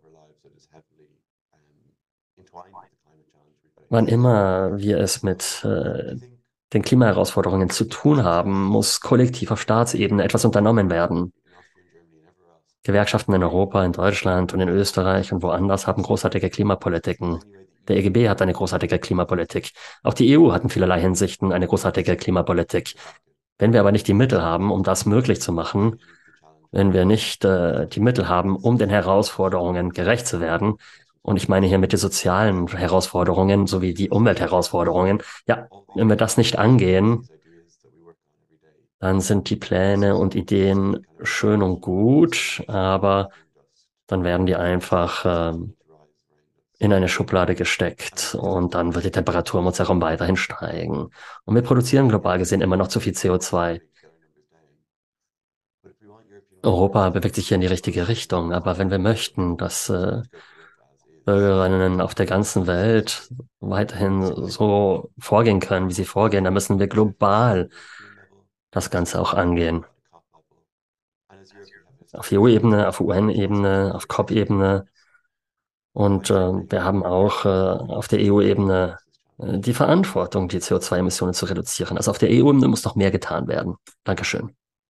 Wann immer wir es mit den Klimaherausforderungen zu tun haben, muss kollektiv auf Staatsebene etwas unternommen werden. Gewerkschaften in Europa, in Deutschland und in Österreich und woanders haben großartige Klimapolitiken. Der EGB hat eine großartige Klimapolitik. Auch die EU hat in vielerlei Hinsichten eine großartige Klimapolitik. Wenn wir aber nicht die Mittel haben, um das möglich zu machen, wenn wir nicht die Mittel haben, um den Herausforderungen gerecht zu werden, und ich meine hier mit den sozialen Herausforderungen sowie die Umweltherausforderungen, ja, wenn wir das nicht angehen, dann sind die Pläne und Ideen schön und gut, aber dann werden die einfach in eine Schublade gesteckt und dann wird die Temperatur um uns herum weiterhin steigen. Und wir produzieren global gesehen immer noch zu viel CO2. Europa bewegt sich hier in die richtige Richtung, aber wenn wir möchten, dass Bürgerinnen auf der ganzen Welt weiterhin so vorgehen können, wie sie vorgehen, dann müssen wir global das Ganze auch angehen. Auf EU-Ebene, auf UN-Ebene, auf COP-Ebene Und wir haben auch auf der EU-Ebene die Verantwortung, die CO2-Emissionen zu reduzieren. Also auf der EU-Ebene muss noch mehr getan werden. Dankeschön.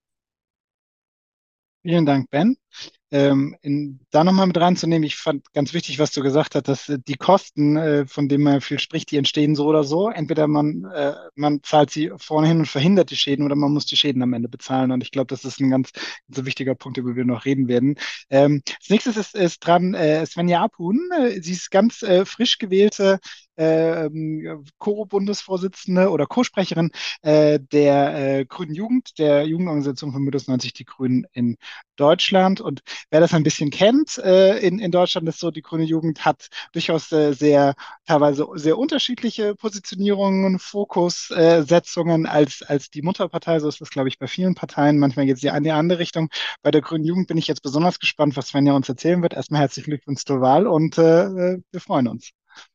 Vielen Dank, Ben. Da nochmal mit reinzunehmen, ich fand ganz wichtig, was du gesagt hast, dass die Kosten, von denen man viel spricht, die entstehen so oder so. Entweder man zahlt sie vorhin und verhindert die Schäden oder man muss die Schäden am Ende bezahlen. Und ich glaube, das ist ein ganz wichtiger Punkt, über den wir noch reden werden. Als nächstes ist dran Svenja Apun. Sie ist ganz frisch gewählte Co-Bundesvorsitzende oder Co-Sprecherin der Grünen Jugend, der Jugendorganisation von Bündnis 90 Die Grünen in Deutschland. Und wer das ein bisschen kennt, in Deutschland ist so, die Grüne Jugend hat durchaus teilweise sehr unterschiedliche Positionierungen, Fokussetzungen als die Mutterpartei. So ist das, glaube ich, bei vielen Parteien. Manchmal geht es ja in die andere Richtung. Bei der Grünen Jugend bin ich jetzt besonders gespannt, was Svenja uns erzählen wird. Erstmal herzlichen Glückwunsch zur Wahl und wir freuen uns.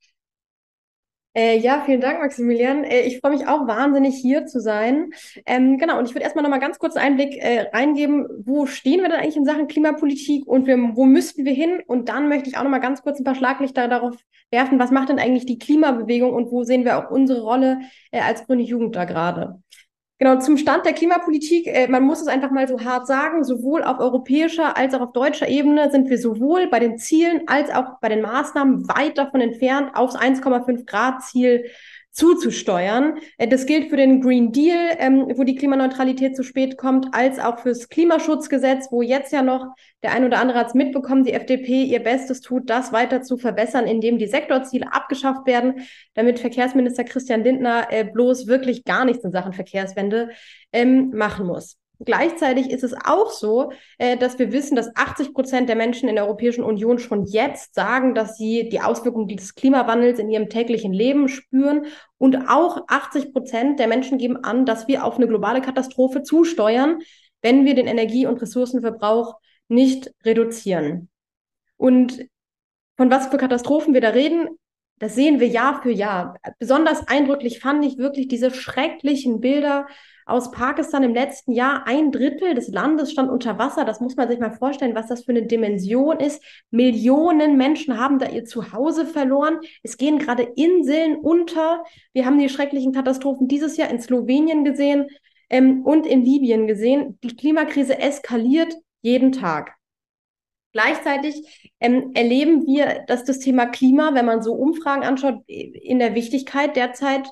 Ja, vielen Dank, Maximilian. Ich freue mich auch wahnsinnig, hier zu sein. Genau, und ich würde erstmal noch mal ganz kurz einen Einblick reingeben, wo stehen wir denn eigentlich in Sachen Klimapolitik und wo müssten wir hin? Und dann möchte ich auch noch mal ganz kurz ein paar Schlaglichter darauf werfen, was macht denn eigentlich die Klimabewegung und wo sehen wir auch unsere Rolle als Grüne Jugend da gerade? Genau, zum Stand der Klimapolitik, man muss es einfach mal so hart sagen, sowohl auf europäischer als auch auf deutscher Ebene sind wir sowohl bei den Zielen als auch bei den Maßnahmen weit davon entfernt, aufs 1,5 Grad Ziel zuzusteuern. Das gilt für den Green Deal, wo die Klimaneutralität zu spät kommt, als auch fürs Klimaschutzgesetz, wo jetzt ja noch, der ein oder andere hat es mitbekommen, die FDP ihr Bestes tut, das weiter zu verbessern, indem die Sektorziele abgeschafft werden, damit Verkehrsminister Christian Lindner bloß wirklich gar nichts in Sachen Verkehrswende machen muss. Gleichzeitig ist es auch so, dass wir wissen, dass 80% der Menschen in der Europäischen Union schon jetzt sagen, dass sie die Auswirkungen des Klimawandels in ihrem täglichen Leben spüren. Und auch 80% der Menschen geben an, dass wir auf eine globale Katastrophe zusteuern, wenn wir den Energie- und Ressourcenverbrauch nicht reduzieren. Und von was für Katastrophen wir da reden, das sehen wir Jahr für Jahr. Besonders eindrücklich fand ich wirklich diese schrecklichen Bilder aus Pakistan im letzten Jahr. 1/3 des Landes stand unter Wasser. Das muss man sich mal vorstellen, was das für eine Dimension ist. Millionen Menschen haben da ihr Zuhause verloren. Es gehen gerade Inseln unter. Wir haben die schrecklichen Katastrophen dieses Jahr in Slowenien gesehen und in Libyen gesehen. Die Klimakrise eskaliert jeden Tag. Gleichzeitig erleben wir, dass das Thema Klima, wenn man so Umfragen anschaut, in der Wichtigkeit derzeit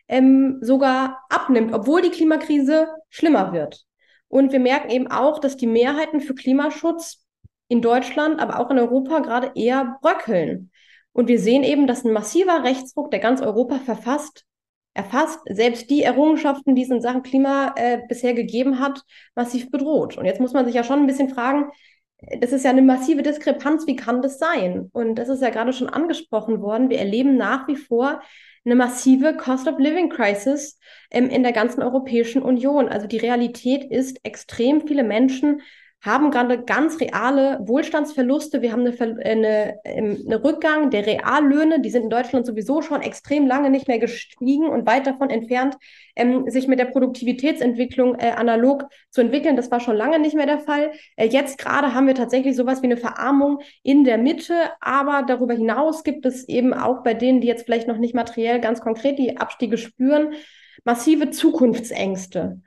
sogar abnimmt, obwohl die Klimakrise schlimmer wird. Und wir merken eben auch, dass die Mehrheiten für Klimaschutz in Deutschland, aber auch in Europa gerade eher bröckeln. Und wir sehen eben, dass ein massiver Rechtsruck, der ganz Europa erfasst, selbst die Errungenschaften, die es in Sachen Klima bisher gegeben hat, massiv bedroht. Und jetzt muss man sich ja schon ein bisschen fragen, das ist ja eine massive Diskrepanz, wie kann das sein? Und das ist ja gerade schon angesprochen worden. Wir erleben nach wie vor eine massive Cost-of-Living-Crisis in der ganzen Europäischen Union. Also die Realität ist, extrem viele Menschen haben gerade ganz reale Wohlstandsverluste. Wir haben einen Rückgang der Reallöhne. Die sind in Deutschland sowieso schon extrem lange nicht mehr gestiegen und weit davon entfernt, sich mit der Produktivitätsentwicklung analog zu entwickeln. Das war schon lange nicht mehr der Fall. Jetzt gerade haben wir tatsächlich sowas wie eine Verarmung in der Mitte. Aber darüber hinaus gibt es eben auch bei denen, die jetzt vielleicht noch nicht materiell ganz konkret die Abstiege spüren, massive Zukunftsängste.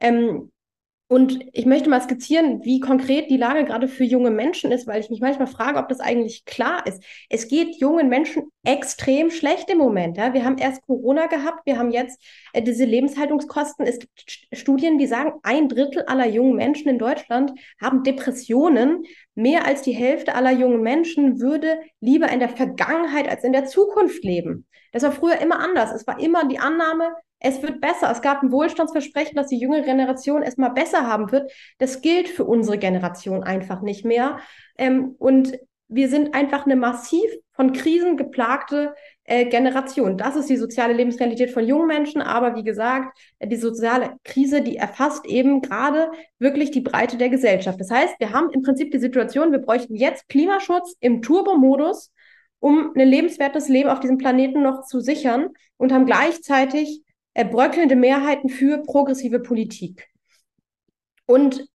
Und ich möchte mal skizzieren, wie konkret die Lage gerade für junge Menschen ist, weil ich mich manchmal frage, ob das eigentlich klar ist. Es geht jungen Menschen extrem schlecht im Moment. Ja? Wir haben erst Corona gehabt, wir haben jetzt diese Lebenshaltungskosten. Es gibt Studien, die sagen, 1/3 aller jungen Menschen in Deutschland haben Depressionen. Mehr als die Hälfte aller jungen Menschen würde lieber in der Vergangenheit als in der Zukunft leben. Das war früher immer anders. Es war immer die Annahme, es wird besser. Es gab ein Wohlstandsversprechen, dass die jüngere Generation es mal besser haben wird. Das gilt für unsere Generation einfach nicht mehr. Und wir sind einfach eine massiv von Krisen geplagte Generation. Das ist die soziale Lebensrealität von jungen Menschen. Aber wie gesagt, die soziale Krise, die erfasst eben gerade wirklich die Breite der Gesellschaft. Das heißt, wir haben im Prinzip die Situation, wir bräuchten jetzt Klimaschutz im Turbo-Modus, um ein lebenswertes Leben auf diesem Planeten noch zu sichern und haben gleichzeitig bröckelnde Mehrheiten für progressive Politik. Und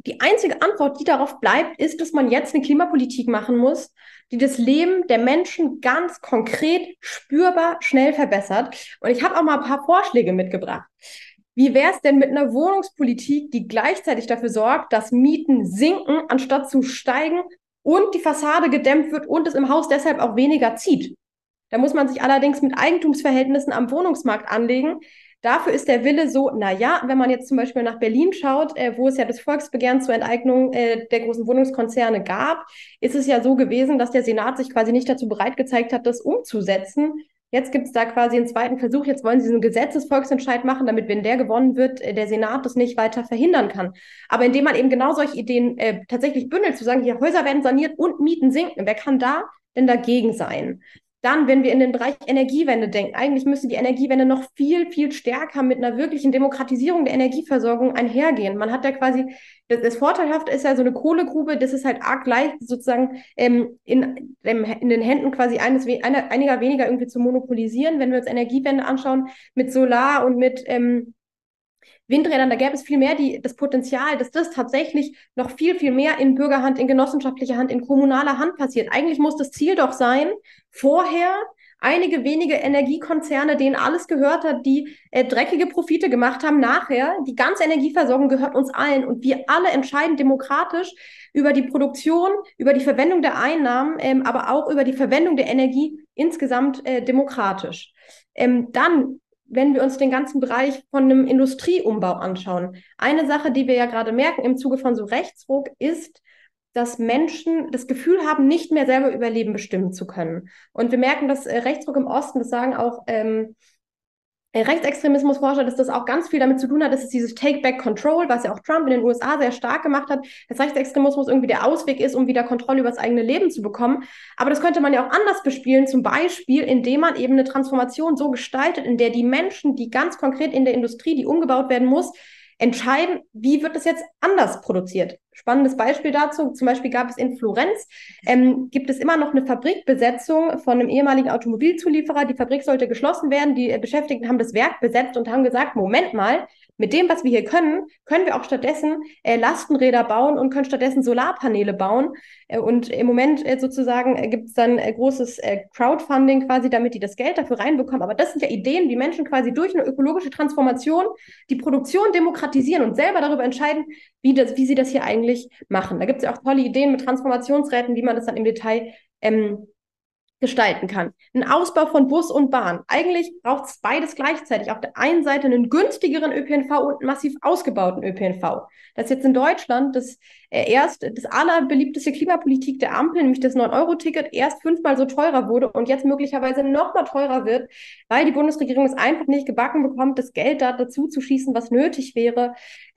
die einzige Antwort, die darauf bleibt, ist, dass man jetzt eine Klimapolitik machen muss, die das Leben der Menschen ganz konkret, spürbar, schnell verbessert. Und ich habe auch mal ein paar Vorschläge mitgebracht. Wie wäre es denn mit einer Wohnungspolitik, die gleichzeitig dafür sorgt, dass Mieten sinken, anstatt zu steigen und die Fassade gedämmt wird und es im Haus deshalb auch weniger zieht? Da muss man sich allerdings mit Eigentumsverhältnissen am Wohnungsmarkt anlegen. Dafür ist der Wille so, naja, wenn man jetzt zum Beispiel nach Berlin schaut, wo es ja das Volksbegehren zur Enteignung der großen Wohnungskonzerne gab, ist es ja so gewesen, dass der Senat sich quasi nicht dazu bereit gezeigt hat, das umzusetzen. Jetzt gibt es da quasi einen zweiten Versuch. Jetzt wollen sie einen Gesetzesvolksentscheid machen, damit, wenn der gewonnen wird, der Senat das nicht weiter verhindern kann. Aber indem man eben genau solche Ideen tatsächlich bündelt, zu sagen, hier Häuser werden saniert und Mieten sinken, wer kann da denn dagegen sein? Dann, wenn wir in den Bereich Energiewende denken, eigentlich müsste die Energiewende noch viel, viel stärker mit einer wirklichen Demokratisierung der Energieversorgung einhergehen. Man hat ja quasi, das Vorteilhafte ist ja so eine Kohlegrube, das ist halt arg leicht sozusagen in den Händen quasi einiger weniger irgendwie zu monopolisieren. Wenn wir uns Energiewende anschauen mit Solar und mit Windrädern, da gäbe es viel mehr das Potenzial, dass das tatsächlich noch viel, viel mehr in Bürgerhand, in genossenschaftlicher Hand, in kommunaler Hand passiert. Eigentlich muss das Ziel doch sein, vorher einige wenige Energiekonzerne, denen alles gehört hat, die dreckige Profite gemacht haben, nachher die ganze Energieversorgung gehört uns allen und wir alle entscheiden demokratisch über die Produktion, über die Verwendung der Einnahmen, aber auch über die Verwendung der Energie insgesamt demokratisch. Dann, wenn wir uns den ganzen Bereich von einem Industrieumbau anschauen. Eine Sache, die wir ja gerade merken im Zuge von so Rechtsruck, ist, dass Menschen das Gefühl haben, nicht mehr selber über Leben bestimmen zu können. Und wir merken, dass Rechtsruck im Osten, das sagen auch Rechtsextremismusforscher, dass das auch ganz viel damit zu tun hat, dass es dieses Take Back Control, was ja auch Trump in den USA sehr stark gemacht hat, dass Rechtsextremismus irgendwie der Ausweg ist, um wieder Kontrolle über das eigene Leben zu bekommen. Aber das könnte man ja auch anders bespielen, zum Beispiel, indem man eben eine Transformation so gestaltet, in der die Menschen, die ganz konkret in der Industrie, die umgebaut werden muss, entscheiden, wie wird das jetzt anders produziert. Spannendes Beispiel dazu, zum Beispiel gab es in Florenz, gibt es immer noch eine Fabrikbesetzung von einem ehemaligen Automobilzulieferer. Die Fabrik sollte geschlossen werden. Die Beschäftigten haben das Werk besetzt und haben gesagt, Moment mal, mit dem, was wir hier können, können wir auch stattdessen Lastenräder bauen und können stattdessen Solarpaneele bauen. Und im Moment sozusagen gibt es dann großes Crowdfunding quasi, damit die das Geld dafür reinbekommen. Aber das sind ja Ideen, wie Menschen quasi durch eine ökologische Transformation die Produktion demokratisieren und selber darüber entscheiden, wie sie das hier eigentlich machen. Da gibt es ja auch tolle Ideen mit Transformationsräten, wie man das dann im Detail gestalten kann. Ein Ausbau von Bus und Bahn. Eigentlich braucht es beides gleichzeitig. Auf der einen Seite einen günstigeren ÖPNV und einen massiv ausgebauten ÖPNV. Das ist jetzt in Deutschland das allerbeliebteste Klimapolitik der Ampel, nämlich das 9-Euro-Ticket, erst 5-mal so teurer wurde und jetzt möglicherweise noch mal teurer wird, weil die Bundesregierung es einfach nicht gebacken bekommt, das Geld dazu zu schießen, was nötig wäre.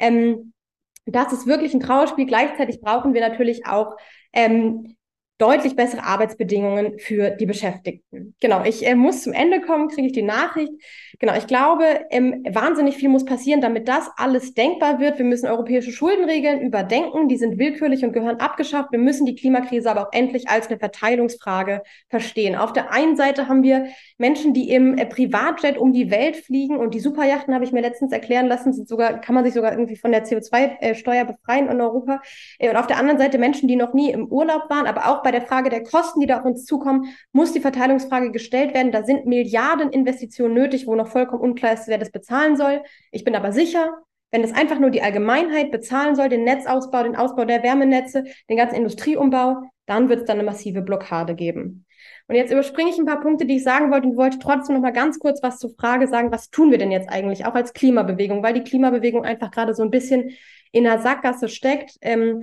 Das ist wirklich ein Trauerspiel. Gleichzeitig brauchen wir natürlich auch deutlich bessere Arbeitsbedingungen für die Beschäftigten. Genau, ich muss zum Ende kommen, kriege ich die Nachricht. Genau, ich glaube, wahnsinnig viel muss passieren, damit das alles denkbar wird. Wir müssen europäische Schuldenregeln überdenken, die sind willkürlich und gehören abgeschafft. Wir müssen die Klimakrise aber auch endlich als eine Verteilungsfrage verstehen. Auf der einen Seite haben wir Menschen, die im Privatjet um die Welt fliegen und die Superjachten, habe ich mir letztens erklären lassen, kann man sich sogar irgendwie von der CO2-Steuer befreien in Europa. Und auf der anderen Seite Menschen, die noch nie im Urlaub waren, aber auch bei der Frage der Kosten, die da auf uns zukommen, muss die Verteilungsfrage gestellt werden. Da sind Milliarden Investitionen nötig, wo noch vollkommen unklar ist, wer das bezahlen soll. Ich bin aber sicher, wenn das einfach nur die Allgemeinheit bezahlen soll, den Netzausbau, den Ausbau der Wärmenetze, den ganzen Industrieumbau, dann wird es dann eine massive Blockade geben. Und jetzt überspringe ich ein paar Punkte, die ich sagen wollte und wollte trotzdem noch mal ganz kurz was zur Frage sagen, was tun wir denn jetzt eigentlich, auch als Klimabewegung, weil die Klimabewegung einfach gerade so ein bisschen in der Sackgasse steckt.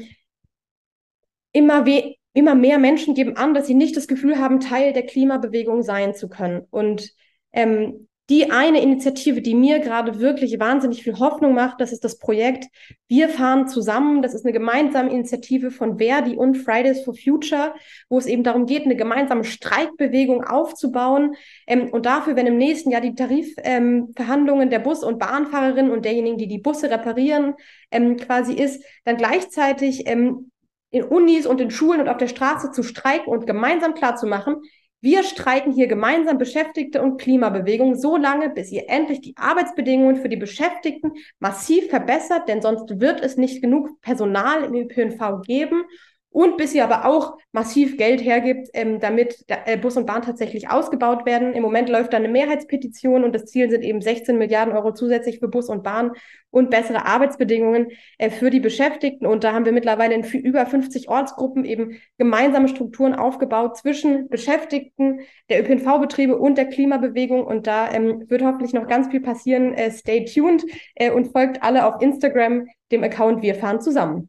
Immer mehr Menschen geben an, dass sie nicht das Gefühl haben, Teil der Klimabewegung sein zu können. Und die eine Initiative, die mir gerade wirklich wahnsinnig viel Hoffnung macht, das ist das Projekt Wir fahren zusammen. Das ist eine gemeinsame Initiative von Verdi und Fridays for Future, wo es eben darum geht, eine gemeinsame Streikbewegung aufzubauen. Und dafür, wenn im nächsten Jahr die Tarifverhandlungen der Bus- und Bahnfahrerinnen und derjenigen, die die Busse reparieren, quasi ist, dann gleichzeitig in Unis und in Schulen und auf der Straße zu streiken und gemeinsam klarzumachen, Wir streiken hier gemeinsam Beschäftigte und Klimabewegung so lange, bis ihr endlich die Arbeitsbedingungen für die Beschäftigten massiv verbessert, denn sonst wird es nicht genug Personal im ÖPNV geben. Und bis ihr aber auch massiv Geld hergibt, damit Bus und Bahn tatsächlich ausgebaut werden. Im Moment läuft da eine Mehrheitspetition und das Ziel sind eben 16 Milliarden Euro zusätzlich für Bus und Bahn und bessere Arbeitsbedingungen für die Beschäftigten. Und da haben wir mittlerweile in über 50 Ortsgruppen eben gemeinsame Strukturen aufgebaut zwischen Beschäftigten, der ÖPNV-Betriebe und der Klimabewegung. Und da wird hoffentlich noch ganz viel passieren. Stay tuned und folgt alle auf Instagram dem Account Wir fahren zusammen.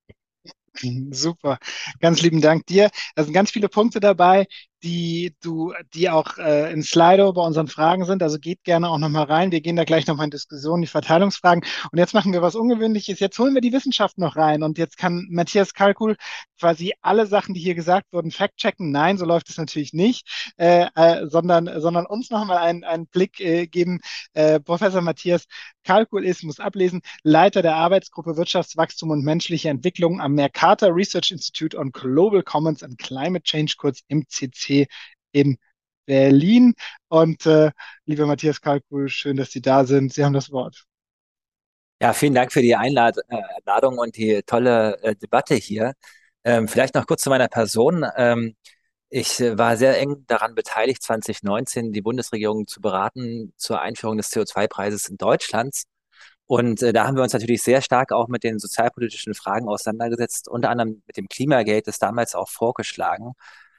Super, ganz lieben Dank dir. Da sind ganz viele Punkte dabei, die auch in Slido bei unseren Fragen sind. Also geht gerne auch nochmal rein. Wir gehen da gleich nochmal in Diskussion, die Verteilungsfragen. Und jetzt machen wir was Ungewöhnliches. Jetzt holen wir die Wissenschaft noch rein. Und jetzt kann Matthias Kalkuhl quasi alle Sachen, die hier gesagt wurden, fact-checken. Nein, so läuft es natürlich nicht, sondern uns nochmal einen Blick geben. Professor Matthias Kalkuhl muss ablesen, Leiter der Arbeitsgruppe Wirtschaftswachstum und menschliche Entwicklung am Mercator Research Institute on Global Commons and Climate Change, kurz MCC in Berlin. Und lieber Matthias Kalkuhl, schön, dass Sie da sind. Sie haben das Wort. Ja, vielen Dank für die Einladung und die tolle Debatte hier. Vielleicht noch kurz zu meiner Person. Ich war sehr eng daran beteiligt, 2019 die Bundesregierung zu beraten zur Einführung des CO2-Preises in Deutschland. Und da haben wir uns natürlich sehr stark auch mit den sozialpolitischen Fragen auseinandergesetzt, unter anderem mit dem Klimagate, das damals auch vorgeschlagen.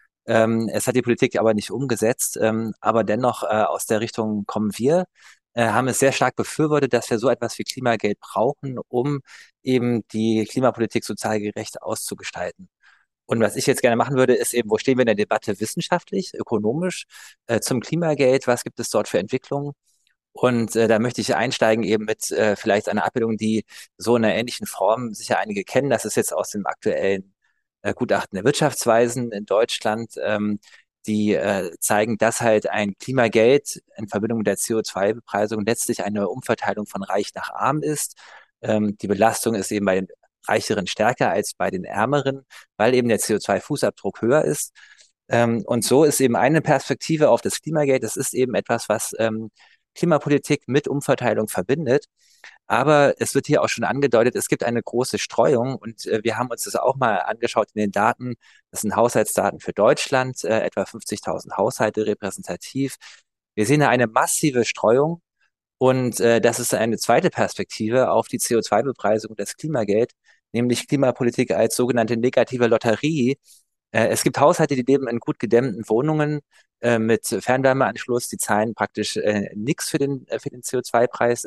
Es hat die Politik aber nicht umgesetzt, aber dennoch aus der Richtung kommen wir, haben es sehr stark befürwortet, dass wir so etwas wie Klimageld brauchen, um eben die Klimapolitik sozial gerecht auszugestalten. Und was ich jetzt gerne machen würde, ist eben, wo stehen wir in der Debatte wissenschaftlich, ökonomisch, zum Klimageld, was gibt es dort für Entwicklungen? Und da möchte ich einsteigen eben mit vielleicht einer Abbildung, die so in einer ähnlichen Form sicher einige kennen. Das ist jetzt aus dem aktuellen Gutachten der Wirtschaftsweisen in Deutschland, die zeigen, dass halt ein Klimageld in Verbindung mit der CO2-Bepreisung letztlich eine Umverteilung von Reich nach Arm ist. Die Belastung ist eben bei den Reicheren stärker als bei den Ärmeren, weil eben der CO2-Fußabdruck höher ist. Und so ist eben eine Perspektive auf das Klimageld. Das ist eben etwas, was Klimapolitik mit Umverteilung verbindet. Aber es wird hier auch schon angedeutet, es gibt eine große Streuung und wir haben uns das auch mal angeschaut in den Daten. Das sind Haushaltsdaten für Deutschland, etwa 50.000 Haushalte repräsentativ. Wir sehen da eine massive Streuung und das ist eine zweite Perspektive auf die CO2-Bepreisung und das Klimageld, nämlich Klimapolitik als sogenannte negative Lotterie. Es gibt Haushalte, die leben in gut gedämmten Wohnungen mit Fernwärmeanschluss, die zahlen praktisch nichts für den CO2-Preis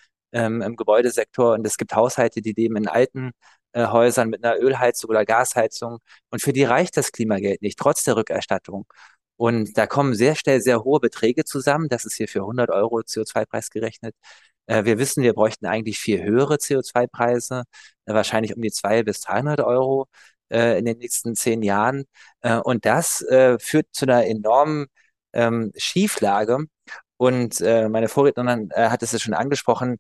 im Gebäudesektor. Und es gibt Haushalte, die leben in alten Häusern mit einer Ölheizung oder Gasheizung. Und für die reicht das Klimageld nicht, trotz der Rückerstattung. Und da kommen sehr schnell sehr hohe Beträge zusammen. Das ist hier für 100 Euro CO2-Preis gerechnet. Wir wissen, wir bräuchten eigentlich viel höhere CO2-Preise, wahrscheinlich um die 200 bis 300 Euro in den nächsten 10 Jahren. Und das führt zu einer enormen Schieflage. Und meine Vorrednerin hat es ja schon angesprochen,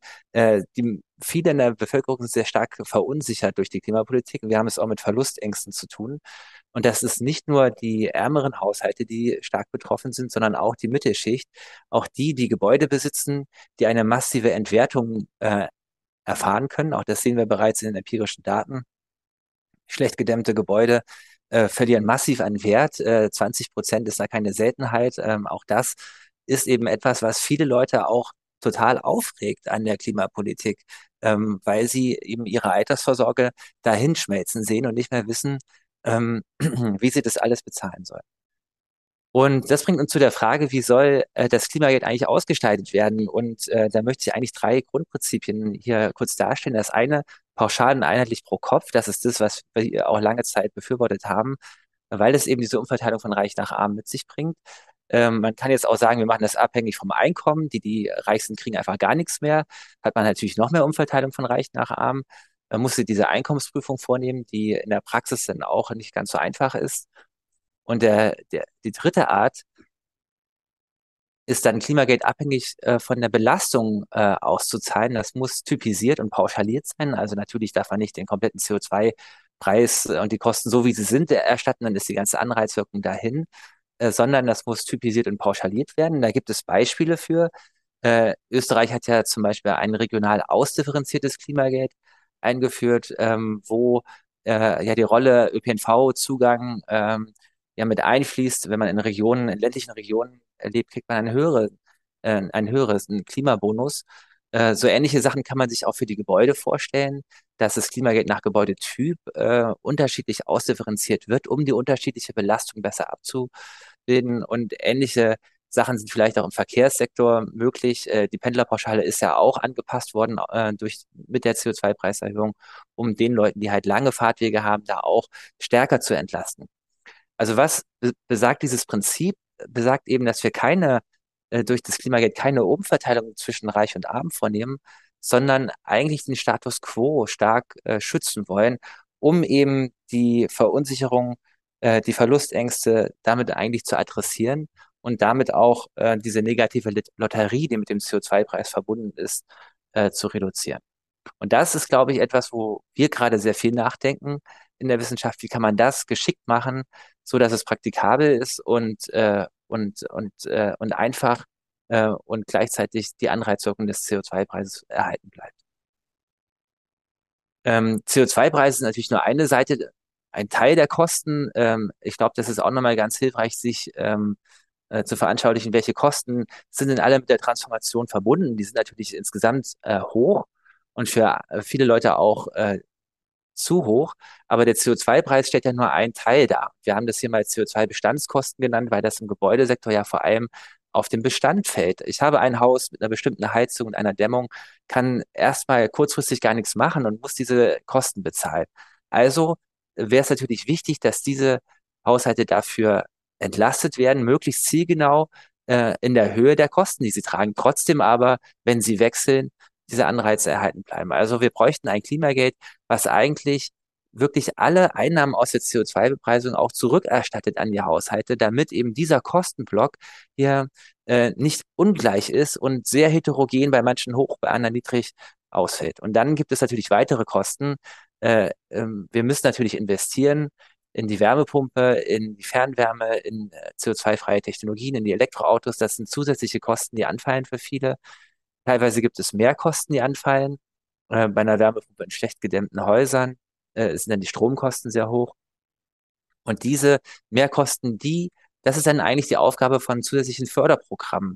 viele in der Bevölkerung sind sehr stark verunsichert durch die Klimapolitik. Wir haben es auch mit Verlustängsten zu tun. Und das ist nicht nur die ärmeren Haushalte, die stark betroffen sind, sondern auch die Mittelschicht, auch die, die Gebäude besitzen, die eine massive Entwertung erfahren können. Auch das sehen wir bereits in den empirischen Daten. Schlecht gedämmte Gebäude verlieren massiv an Wert. 20% ist da keine Seltenheit. Auch das ist eben etwas, was viele Leute auch total aufregt an der Klimapolitik, weil sie eben ihre Altersvorsorge dahin schmelzen sehen und nicht mehr wissen, wie sie das alles bezahlen sollen. Und das bringt uns zu der Frage, wie soll das Klimageld eigentlich ausgestaltet werden? Und da möchte ich eigentlich 3 Grundprinzipien hier kurz darstellen. Das eine, pauschal und einheitlich pro Kopf. Das ist das, was wir auch lange Zeit befürwortet haben, weil es eben diese Umverteilung von Reich nach Arm mit sich bringt. Man kann jetzt auch sagen, wir machen das abhängig vom Einkommen. Die Reichsten kriegen einfach gar nichts mehr. Hat man natürlich noch mehr Umverteilung von Reich nach Arm. Man musste diese Einkommensprüfung vornehmen, die in der Praxis dann auch nicht ganz so einfach ist. Und die dritte Art ist dann Klimageld abhängig von der Belastung auszuzahlen. Das muss typisiert und pauschaliert sein. Also natürlich darf man nicht den kompletten CO2-Preis und die Kosten so, wie sie sind, erstatten. Dann ist die ganze Anreizwirkung dahin. sondern das muss typisiert und pauschaliert werden. Da gibt es Beispiele für. Österreich hat ja zum Beispiel ein regional ausdifferenziertes Klimageld eingeführt, wo ja die Rolle ÖPNV-Zugang ja mit einfließt. Wenn man in Regionen, in ländlichen Regionen lebt, kriegt man einen höheren Klimabonus. So ähnliche Sachen kann man sich auch für die Gebäude vorstellen, dass das Klimageld nach Gebäudetyp unterschiedlich ausdifferenziert wird, um die unterschiedliche Belastung besser abzubilden. Und ähnliche Sachen sind vielleicht auch im Verkehrssektor möglich. Die Pendlerpauschale ist ja auch angepasst worden mit der CO2-Preiserhöhung, um den Leuten, die halt lange Fahrtwege haben, da auch stärker zu entlasten. Also was besagt dieses Prinzip? Besagt eben, dass wir durch das Klimageld keine Umverteilung zwischen Reich und Arm vornehmen, sondern eigentlich den Status quo stark schützen wollen, um eben die Verunsicherung, die Verlustängste damit eigentlich zu adressieren und damit auch diese negative Lotterie, die mit dem CO2-Preis verbunden ist, zu reduzieren. Und das ist, glaube ich, etwas, wo wir gerade sehr viel nachdenken in der Wissenschaft. Wie kann man das geschickt machen, so dass es praktikabel ist und einfach und gleichzeitig die Anreizwirkung des CO2-Preises erhalten bleibt. CO2-Preis ist natürlich nur eine Seite, ein Teil der Kosten. Ich glaube, das ist auch nochmal ganz hilfreich, sich zu veranschaulichen, welche Kosten sind denn alle mit der Transformation verbunden. Die sind natürlich insgesamt hoch und für viele Leute auch zu hoch. Aber der CO2-Preis stellt ja nur einen Teil dar. Wir haben das hier mal CO2-Bestandskosten genannt, weil das im Gebäudesektor ja vor allem auf den Bestand fällt. Ich habe ein Haus mit einer bestimmten Heizung und einer Dämmung, kann erstmal kurzfristig gar nichts machen und muss diese Kosten bezahlen. Also wäre es natürlich wichtig, dass diese Haushalte dafür entlastet werden, möglichst zielgenau in der Höhe der Kosten, die sie tragen. Trotzdem aber, wenn sie wechseln, diese Anreize erhalten bleiben. Also wir bräuchten ein Klimageld, was eigentlich wirklich alle Einnahmen aus der CO2-Bepreisung auch zurückerstattet an die Haushalte, damit eben dieser Kostenblock hier nicht ungleich ist und sehr heterogen bei manchen hoch, bei anderen niedrig ausfällt. Und dann gibt es natürlich weitere Kosten. Wir müssen natürlich investieren in die Wärmepumpe, in die Fernwärme, in CO2-freie Technologien, in die Elektroautos. Das sind zusätzliche Kosten, die anfallen für viele. Teilweise gibt es Mehrkosten, die anfallen. Bei einer Wärmepumpe in schlecht gedämmten Häusern sind dann die Stromkosten sehr hoch. Und diese Mehrkosten, das ist dann eigentlich die Aufgabe von zusätzlichen Förderprogrammen,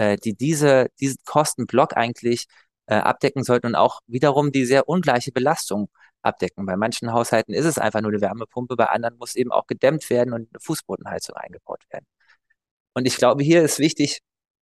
diesen Kostenblock eigentlich abdecken sollten und auch wiederum die sehr ungleiche Belastung abdecken. Bei manchen Haushalten ist es einfach nur eine Wärmepumpe, bei anderen muss eben auch gedämmt werden und eine Fußbodenheizung eingebaut werden. Und ich glaube, hier ist wichtig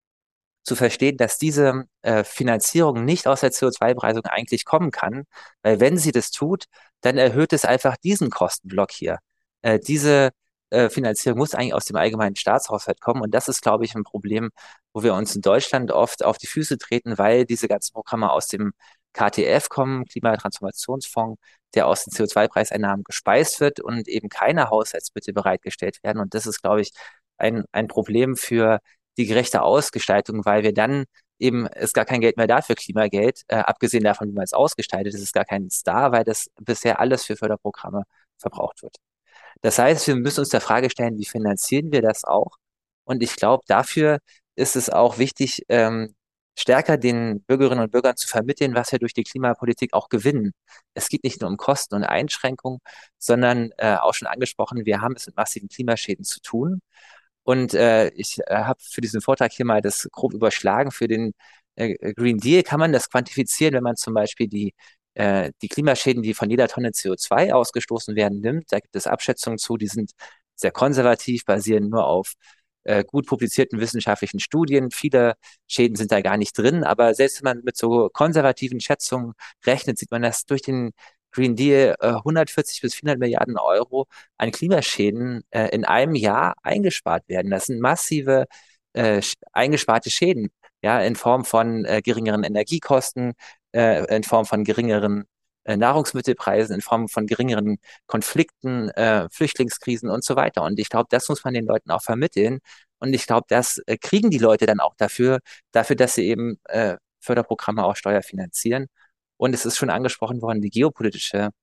zu verstehen, dass diese Finanzierung nicht aus der CO2-Preisung eigentlich kommen kann, weil wenn sie das tut, dann erhöht es einfach diesen Kostenblock hier. Diese Finanzierung muss eigentlich aus dem allgemeinen Staatshaushalt kommen und das ist, glaube ich, ein Problem, wo wir uns in Deutschland oft auf die Füße treten, weil diese ganzen Programme aus dem KTF kommen, Klimatransformationsfonds, der aus den CO2-Preiseinnahmen gespeist wird und eben keine Haushaltsmittel bereitgestellt werden. Und das ist, glaube ich, ein Problem für die gerechte Ausgestaltung, weil wir dann eben ist gar kein Geld mehr da für Klimageld, abgesehen davon, wie man es ausgestaltet, ist es gar kein Star, weil das bisher alles für Förderprogramme verbraucht wird. Das heißt, wir müssen uns der Frage stellen, wie finanzieren wir das auch? Und ich glaube, dafür ist es auch wichtig, stärker den Bürgerinnen und Bürgern zu vermitteln, was wir durch die Klimapolitik auch gewinnen. Es geht nicht nur um Kosten und Einschränkungen, sondern auch schon angesprochen, wir haben es mit massiven Klimaschäden zu tun. Und ich habe für diesen Vortrag hier mal das grob überschlagen. Für den Green Deal kann man das quantifizieren, wenn man zum Beispiel die Klimaschäden, die von jeder Tonne CO2 ausgestoßen werden, nimmt. Da gibt es Abschätzungen zu, die sind sehr konservativ, basieren nur auf gut publizierten wissenschaftlichen Studien. Viele Schäden sind da gar nicht drin, aber selbst wenn man mit so konservativen Schätzungen rechnet, sieht man, dass durch den Green Deal 140 bis 400 Milliarden Euro an Klimaschäden in einem Jahr eingespart werden. Das sind massive eingesparte Schäden, ja, in Form von geringeren Energiekosten, in Form von geringeren Nahrungsmittelpreisen, in Form von geringeren Konflikten, Flüchtlingskrisen und so weiter. Und ich glaube, das muss man den Leuten auch vermitteln. Und ich glaube, das kriegen die Leute dann auch dafür, dass sie eben Förderprogramme auch steuerfinanzieren. Und es ist schon angesprochen worden, die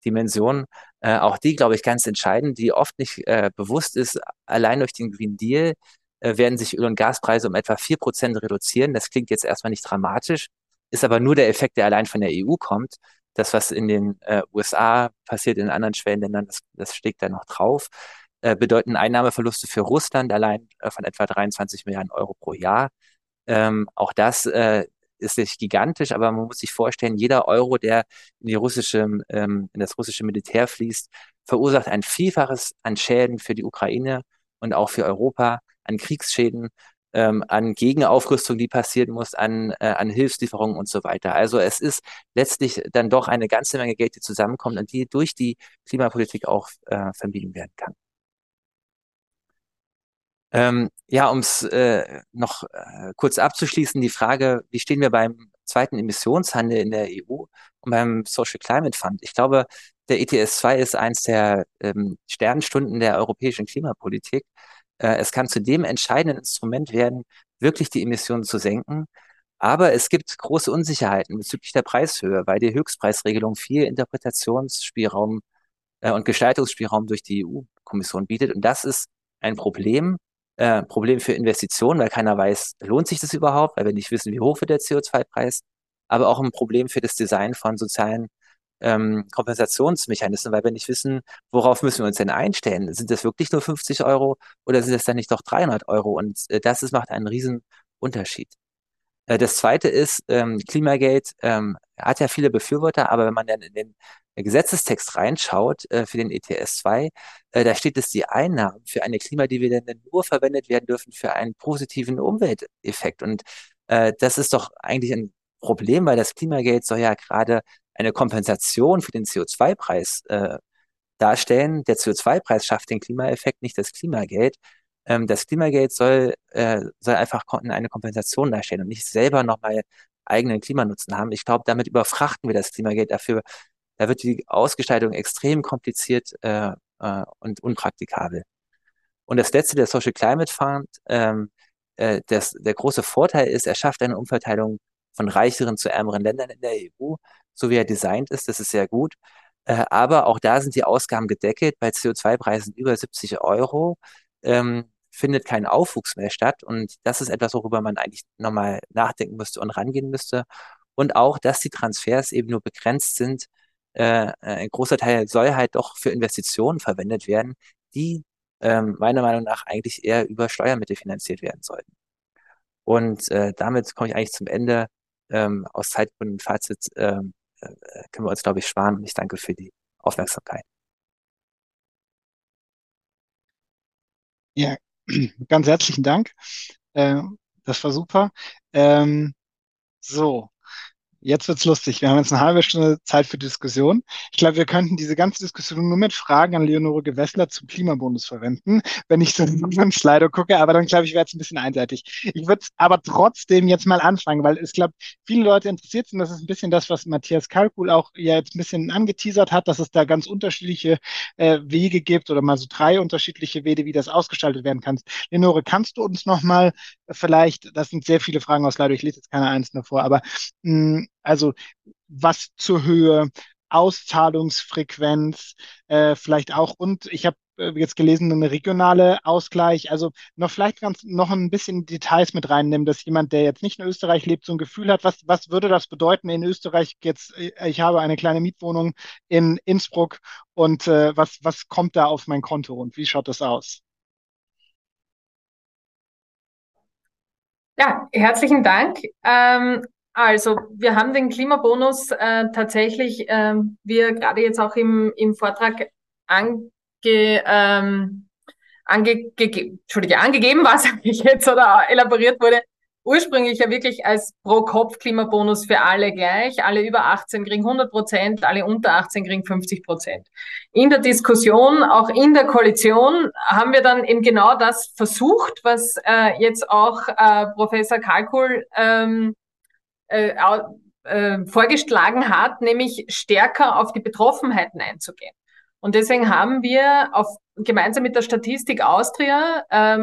Dimension, auch die, glaube ich, ganz entscheidend, die oft nicht bewusst ist. Allein durch den Green Deal werden sich Öl- und Gaspreise um etwa 4% reduzieren. Das klingt jetzt erstmal nicht dramatisch, ist aber nur der Effekt, der allein von der EU kommt. Das, was in den USA passiert, in anderen Schwellenländern, das schlägt da noch drauf, bedeuten Einnahmeverluste für Russland allein von etwa 23 Milliarden Euro pro Jahr. Auch das ist nicht gigantisch, aber man muss sich vorstellen, jeder Euro, der in das russische Militär fließt, verursacht ein Vielfaches an Schäden für die Ukraine und auch für Europa, an Kriegsschäden, an Gegenaufrüstung, die passieren muss, an Hilfslieferungen und so weiter. Also es ist letztlich dann doch eine ganze Menge Geld, die zusammenkommt und die durch die Klimapolitik auch vermieden werden kann. Ja, um es noch kurz abzuschließen, die Frage, wie stehen wir beim zweiten Emissionshandel in der EU und beim Social Climate Fund? Ich glaube, der ETS2 ist eins der Sternstunden der europäischen Klimapolitik. Es kann zu dem entscheidenden Instrument werden, wirklich die Emissionen zu senken. Aber es gibt große Unsicherheiten bezüglich der Preishöhe, weil die Höchstpreisregelung viel Interpretationsspielraum und Gestaltungsspielraum durch die EU-Kommission bietet. Und das ist ein Problem für Investitionen, weil keiner weiß, lohnt sich das überhaupt, weil wir nicht wissen, wie hoch wird der CO2-Preis, aber auch ein Problem für das Design von sozialen Kompensationsmechanismen, weil wir nicht wissen, worauf müssen wir uns denn einstellen? Sind das wirklich nur 50 Euro oder sind das dann nicht doch 300 Euro? Und macht einen riesen Unterschied. Das zweite ist, Klimagate hat ja viele Befürworter, aber wenn man dann in den Gesetzestext reinschaut für den ETS2, da steht es, die Einnahmen für eine Klimadividende nur verwendet werden dürfen für einen positiven Umwelteffekt. Und das ist doch eigentlich ein Problem, weil das Klimagate soll ja gerade eine Kompensation für den CO2-Preis darstellen. Der CO2-Preis schafft den Klimaeffekt, nicht das Klimageld. Das Klimageld soll einfach eine Kompensation darstellen und nicht selber nochmal eigenen Klimanutzen haben. Ich glaube, damit überfrachten wir das Klimageld dafür. Da wird die Ausgestaltung extrem kompliziert und unpraktikabel. Und das letzte, der Social Climate Fund, der große Vorteil ist, er schafft eine Umverteilung von reicheren zu ärmeren Ländern in der EU, so wie er designt ist. Das ist sehr gut. Aber auch da sind die Ausgaben gedeckelt. Bei CO2-Preisen über 70 Euro findet kein Aufwuchs mehr statt. Und das ist etwas, worüber man eigentlich nochmal nachdenken müsste und rangehen müsste. Und auch, dass die Transfers eben nur begrenzt sind. Ein großer Teil soll halt doch für Investitionen verwendet werden, die meiner Meinung nach eigentlich eher über Steuermittel finanziert werden sollten. Und damit komme ich eigentlich zum Ende. Aus Zeitgründen Fazit können wir uns, glaube ich, sparen. Und ich danke für die Aufmerksamkeit. Ja, ganz herzlichen Dank. Äh, Das war super. So. Jetzt wird's lustig. Wir haben jetzt eine halbe Stunde Zeit für Diskussion. Ich glaube, wir könnten diese ganze Diskussion nur mit Fragen an Leonore Gewessler zum Klimabonus verwenden, wenn ich so in den Slido gucke. Aber dann glaube ich, wäre es ein bisschen einseitig. Ich würde aber trotzdem jetzt mal anfangen, weil es, glaube viele Leute interessiert sind. Das ist ein bisschen das, was Matthias Kalkuhl auch ja jetzt ein bisschen angeteasert hat, dass es da ganz unterschiedliche Wege gibt oder mal so drei unterschiedliche Wege, wie das ausgestaltet werden kann. Leonore, kannst du uns noch mal vielleicht, das sind sehr viele Fragen aus Slido, ich lese jetzt keine einzelne vor, aber also was zur Höhe, Auszahlungsfrequenz, vielleicht auch. Und ich habe jetzt gelesen, eine regionale Ausgleich. Also noch vielleicht ganz noch ein bisschen Details mit reinnehmen, dass jemand, der jetzt nicht in Österreich lebt, so ein Gefühl hat, was würde das bedeuten in Österreich jetzt? Ich habe eine kleine Mietwohnung in Innsbruck und was kommt da auf mein Konto und wie schaut das aus? Ja, herzlichen Dank. Also, wir haben den Klimabonus tatsächlich, wie er gerade jetzt auch im Vortrag angegeben war, sage ich jetzt, oder elaboriert wurde, ursprünglich ja wirklich als Pro-Kopf-Klimabonus für alle gleich. Alle über 18 kriegen 100%, alle unter 18 kriegen 50%. In der Diskussion, auch in der Koalition, haben wir dann eben genau das versucht, was jetzt auch Professor Kalkuhl vorgeschlagen hat, nämlich stärker auf die Betroffenheiten einzugehen. Und deswegen haben wir gemeinsam mit der Statistik Austria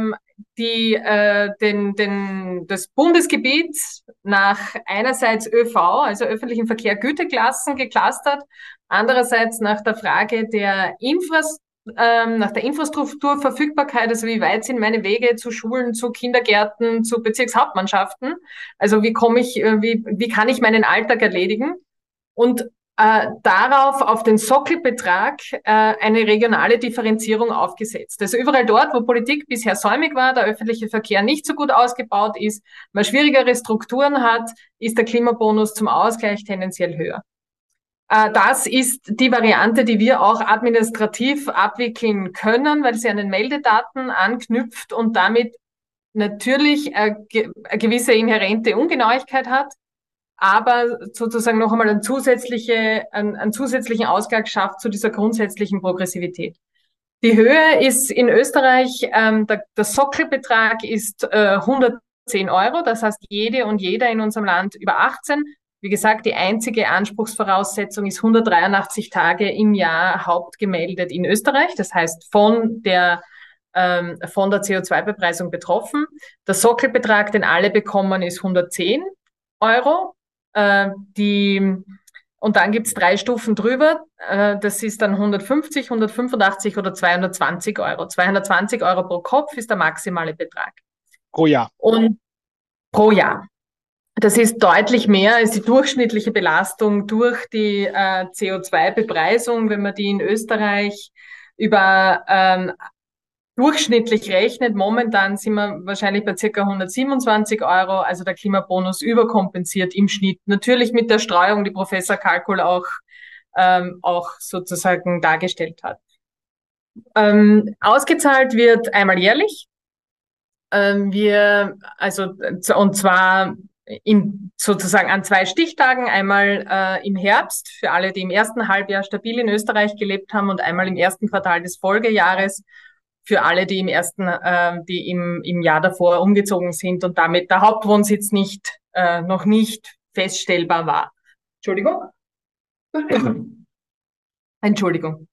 das Bundesgebiet nach einerseits ÖV, also öffentlichen Verkehr, Güteklassen geclustert, andererseits nach der Frage nach der Infrastrukturverfügbarkeit, also wie weit sind meine Wege zu Schulen, zu Kindergärten, zu Bezirkshauptmannschaften? Also wie kann ich meinen Alltag erledigen? Und darauf auf den Sockelbetrag eine regionale Differenzierung aufgesetzt. Also überall dort, wo Politik bisher säumig war, der öffentliche Verkehr nicht so gut ausgebaut ist, man schwierigere Strukturen hat, ist der Klimabonus zum Ausgleich tendenziell höher. Das ist die Variante, die wir auch administrativ abwickeln können, weil sie an den Meldedaten anknüpft und damit natürlich eine gewisse inhärente Ungenauigkeit hat, aber sozusagen noch einmal einen zusätzlichen Ausgleich schafft zu dieser grundsätzlichen Progressivität. Die Höhe ist in Österreich, der Sockelbetrag ist 110 Euro, das heißt jede und jeder in unserem Land über 18. Wie gesagt, die einzige Anspruchsvoraussetzung ist 183 Tage im Jahr hauptgemeldet in Österreich, das heißt von der CO2-Bepreisung betroffen. Der Sockelbetrag, den alle bekommen, ist 110 Euro. Und dann gibt's 3 Stufen drüber. Das ist dann 150, 185 oder 220 Euro. 220 Euro pro Kopf ist der maximale Betrag. Pro Jahr. Und pro Jahr. Das ist deutlich mehr als die durchschnittliche Belastung durch die CO2-Bepreisung, wenn man die in Österreich über durchschnittlich rechnet. Momentan sind wir wahrscheinlich bei circa 127 Euro, also der Klimabonus überkompensiert im Schnitt. Natürlich mit der Streuung, die Professor Kalkul auch sozusagen dargestellt hat. Ausgezahlt wird einmal jährlich. Und zwar sozusagen an 2 Stichtagen, einmal im Herbst für alle, die im ersten Halbjahr stabil in Österreich gelebt haben und einmal im ersten Quartal des Folgejahres für alle, die im Jahr davor umgezogen sind und damit der Hauptwohnsitz noch nicht feststellbar war. Entschuldigung. Entschuldigung.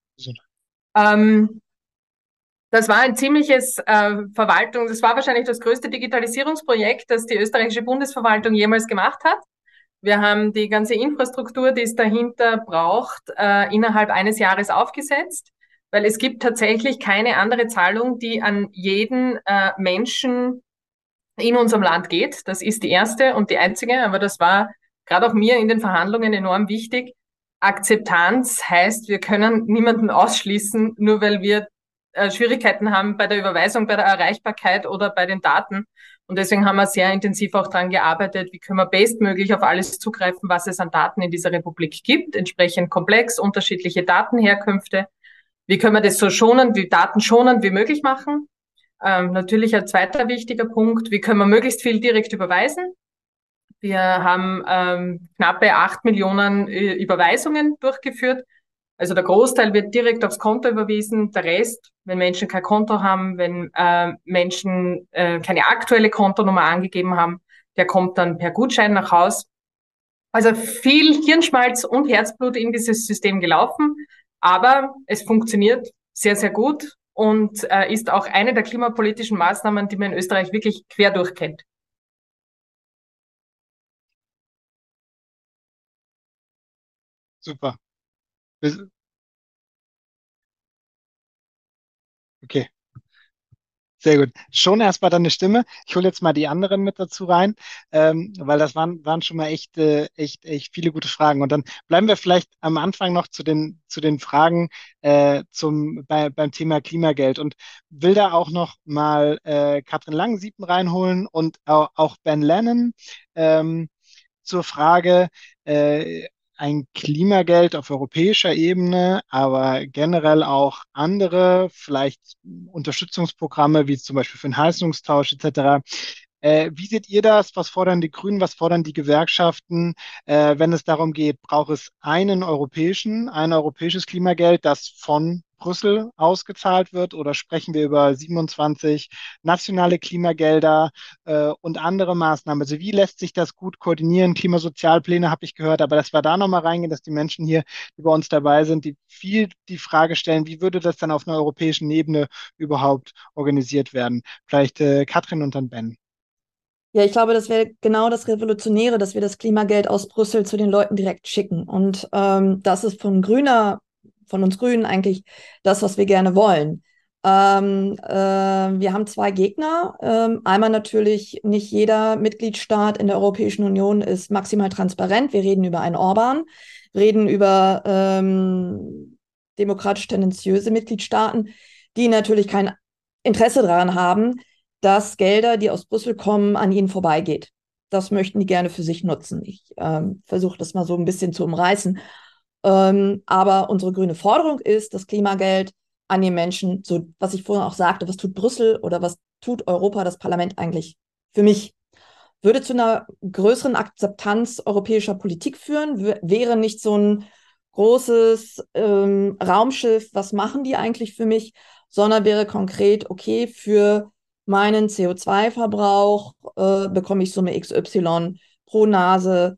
Das war ein ziemliches das war wahrscheinlich das größte Digitalisierungsprojekt, das die österreichische Bundesverwaltung jemals gemacht hat. Wir haben die ganze Infrastruktur, die es dahinter braucht, innerhalb eines Jahres aufgesetzt, weil es gibt tatsächlich keine andere Zahlung, die an jeden Menschen in unserem Land geht. Das ist die erste und die einzige, aber das war gerade auch mir in den Verhandlungen enorm wichtig. Akzeptanz heißt, wir können niemanden ausschließen, nur weil wir Schwierigkeiten haben bei der Überweisung, bei der Erreichbarkeit oder bei den Daten. Und deswegen haben wir sehr intensiv auch daran gearbeitet, wie können wir bestmöglich auf alles zugreifen, was es an Daten in dieser Republik gibt, entsprechend komplex, unterschiedliche Datenherkünfte. Wie können wir das so datenschonend wie möglich machen? Natürlich ein zweiter wichtiger Punkt, wie können wir möglichst viel direkt überweisen? Wir haben knappe 8 Millionen Überweisungen durchgeführt. Also der Großteil wird direkt aufs Konto überwiesen. Der Rest, wenn Menschen kein Konto haben, wenn Menschen keine aktuelle Kontonummer angegeben haben, der kommt dann per Gutschein nach Haus. Also viel Hirnschmalz und Herzblut in dieses System gelaufen, aber es funktioniert sehr, sehr gut und ist auch eine der klimapolitischen Maßnahmen, die man in Österreich wirklich quer durchkennt. Super. Okay, sehr gut. Schon erstmal deine Stimme. Ich hole jetzt mal die anderen mit dazu rein, weil das waren schon mal echt viele gute Fragen. Und dann bleiben wir vielleicht am Anfang noch zu den Fragen beim Thema Klimageld und will da auch noch mal Katrin Langensiepen reinholen und auch Ben Lennon zur Frage, ein Klimageld auf europäischer Ebene, aber generell auch andere, vielleicht Unterstützungsprogramme, wie zum Beispiel für den Heizungstausch etc. Wie seht ihr das? Was fordern die Grünen? Was fordern die Gewerkschaften, wenn es darum geht, braucht es ein europäisches Klimageld, das von Brüssel ausgezahlt wird, oder sprechen wir über 27 nationale Klimagelder und andere Maßnahmen? Also wie lässt sich das gut koordinieren? Klimasozialpläne habe ich gehört, aber dass wir da nochmal reingehen, dass die Menschen hier, die bei uns dabei sind, die viel die Frage stellen, wie würde das dann auf einer europäischen Ebene überhaupt organisiert werden? Vielleicht Katrin und dann Ben. Ja, ich glaube, das wäre genau das Revolutionäre, dass wir das Klimageld aus Brüssel zu den Leuten direkt schicken. Und das ist von uns Grünen eigentlich das, was wir gerne wollen. Wir haben zwei Gegner. Einmal natürlich, nicht jeder Mitgliedstaat in der Europäischen Union ist maximal transparent. Wir reden über einen Orban, reden über demokratisch tendenziöse Mitgliedstaaten, die natürlich kein Interesse daran haben, dass Gelder, die aus Brüssel kommen, an ihnen vorbeigeht. Das möchten die gerne für sich nutzen. Ich versuche das mal so ein bisschen zu umreißen. Aber unsere grüne Forderung ist, das Klimageld an die Menschen, so was ich vorhin auch sagte, was tut Brüssel oder was tut Europa, das Parlament eigentlich für mich? Würde zu einer größeren Akzeptanz europäischer Politik führen, wäre nicht so ein großes Raumschiff, was machen die eigentlich für mich, sondern wäre konkret, okay, für meinen CO2-Verbrauch bekomme ich Summe XY pro Nase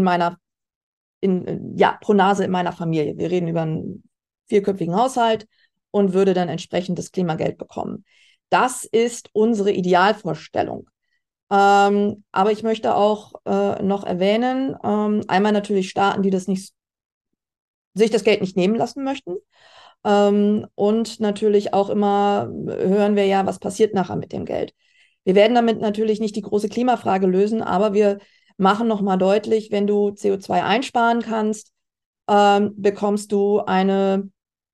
pro Nase in meiner Familie. Wir reden über einen vierköpfigen Haushalt und würde dann entsprechend das Klimageld bekommen. Das ist unsere Idealvorstellung. Aber ich möchte auch noch erwähnen, einmal natürlich Staaten, die sich das Geld nicht nehmen lassen möchten. Und natürlich auch immer hören wir ja, was passiert nachher mit dem Geld. Wir werden damit natürlich nicht die große Klimafrage lösen, aber wir machen nochmal deutlich, wenn du CO2 einsparen kannst, bekommst du einen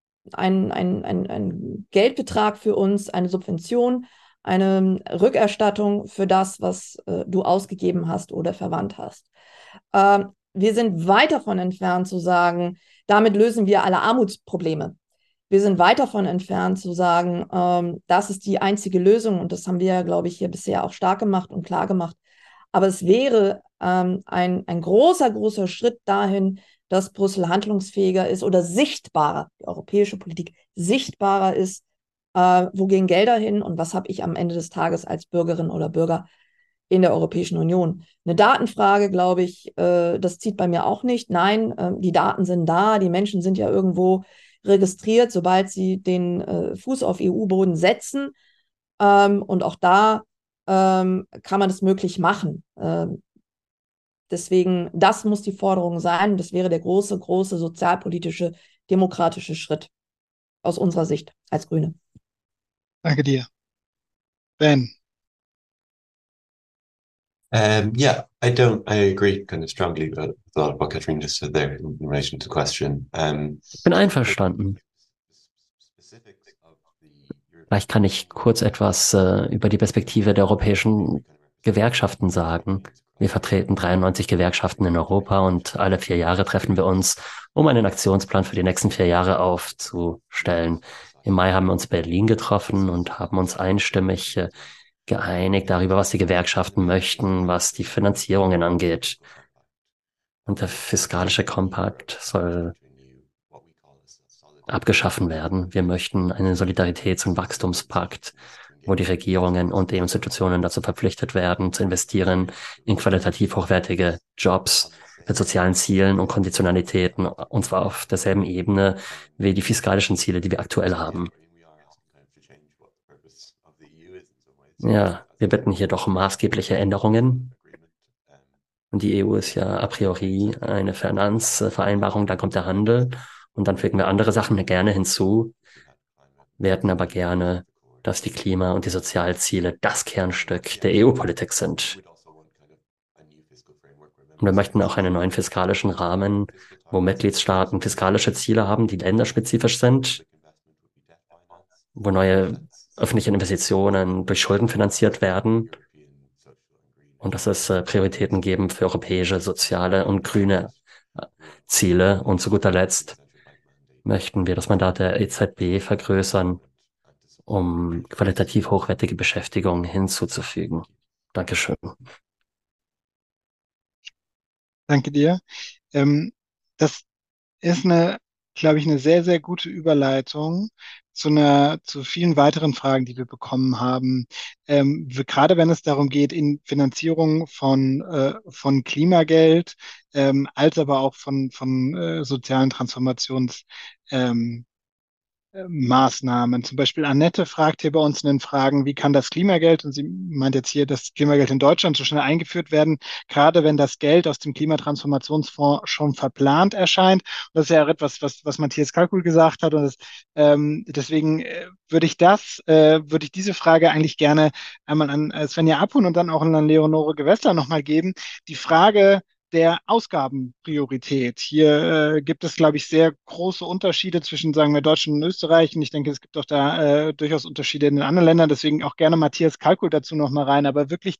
Geldbetrag für uns, eine Subvention, eine Rückerstattung für das, was du ausgegeben hast oder verwandt hast. Wir sind weit davon entfernt zu sagen, damit lösen wir alle Armutsprobleme. Wir sind weit davon entfernt zu sagen, das ist die einzige Lösung, und das haben wir ja, glaube ich, hier bisher auch stark gemacht und klar gemacht. Aber es wäre ein großer, großer Schritt dahin, dass Brüssel handlungsfähiger ist oder sichtbarer, die europäische Politik sichtbarer ist, wo gehen Gelder hin und was habe ich am Ende des Tages als Bürgerin oder Bürger in der Europäischen Union. Eine Datenfrage, glaube ich, das zieht bei mir auch nicht. Nein, die Daten sind da, die Menschen sind ja irgendwo registriert, sobald sie den Fuß auf EU-Boden setzen. Und auch da kann man das möglich machen. Deswegen, das muss die Forderung sein. Das wäre der große, große sozialpolitische, demokratische Schritt aus unserer Sicht als Grüne. Danke dir. Ben. I agree kind of strongly with a lot of what Katrina just said there in relation to the question. Ich bin einverstanden. Vielleicht kann ich kurz etwas über die Perspektive der europäischen Gewerkschaften sagen. Wir vertreten 93 Gewerkschaften in Europa und alle 4 Jahre treffen wir uns, um einen Aktionsplan für die nächsten 4 Jahre aufzustellen. Im Mai haben wir uns in Berlin getroffen und haben uns einstimmig geeinigt darüber, was die Gewerkschaften möchten, was die Finanzierungen angeht. Und der fiskalische Kompakt soll abgeschaffen werden. Wir möchten einen Solidaritäts- und Wachstumspakt, wo die Regierungen und die Institutionen dazu verpflichtet werden, zu investieren in qualitativ hochwertige Jobs mit sozialen Zielen und Konditionalitäten, und zwar auf derselben Ebene wie die fiskalischen Ziele, die wir aktuell haben. Ja, wir bitten hier doch um maßgebliche Änderungen. Und die EU ist ja a priori eine Finanzvereinbarung, da kommt der Handel und dann fügen wir andere Sachen gerne hinzu. Wir hätten aber gerne, dass die Klima- und die Sozialziele das Kernstück der EU-Politik sind. Und wir möchten auch einen neuen fiskalischen Rahmen, wo Mitgliedstaaten fiskalische Ziele haben, die länderspezifisch sind, wo neue öffentliche Investitionen durch Schulden finanziert werden und dass es Prioritäten geben für europäische, soziale und grüne Ziele. Und zu guter Letzt möchten wir das Mandat der EZB vergrößern, um qualitativ hochwertige Beschäftigung hinzuzufügen. Dankeschön. Danke dir. Das ist glaube ich, eine sehr, sehr gute Überleitung zu vielen weiteren Fragen, die wir bekommen haben. Gerade wenn es darum geht, in Finanzierung von Klimageld, als aber auch von sozialen Transformations, ähm, Maßnahmen. Zum Beispiel Annette fragt hier bei uns in den Fragen, wie kann das Klimageld, und sie meint jetzt hier, das Klimageld in Deutschland so schnell eingeführt werden, gerade wenn das Geld aus dem Klimatransformationsfonds schon verplant erscheint. Und das ist ja auch etwas, was Matthias Kalkul gesagt hat. Und deswegen würde ich diese Frage eigentlich gerne einmal an Svenja Apun und dann auch an Leonore Gewessler nochmal geben. Die Frage, der Ausgabenpriorität. Hier gibt es, glaube ich, sehr große Unterschiede zwischen, sagen wir, Deutschland und Österreich. Und ich denke, es gibt auch da durchaus Unterschiede in den anderen Ländern. Deswegen auch gerne Matthias Kalkul dazu nochmal rein. Aber wirklich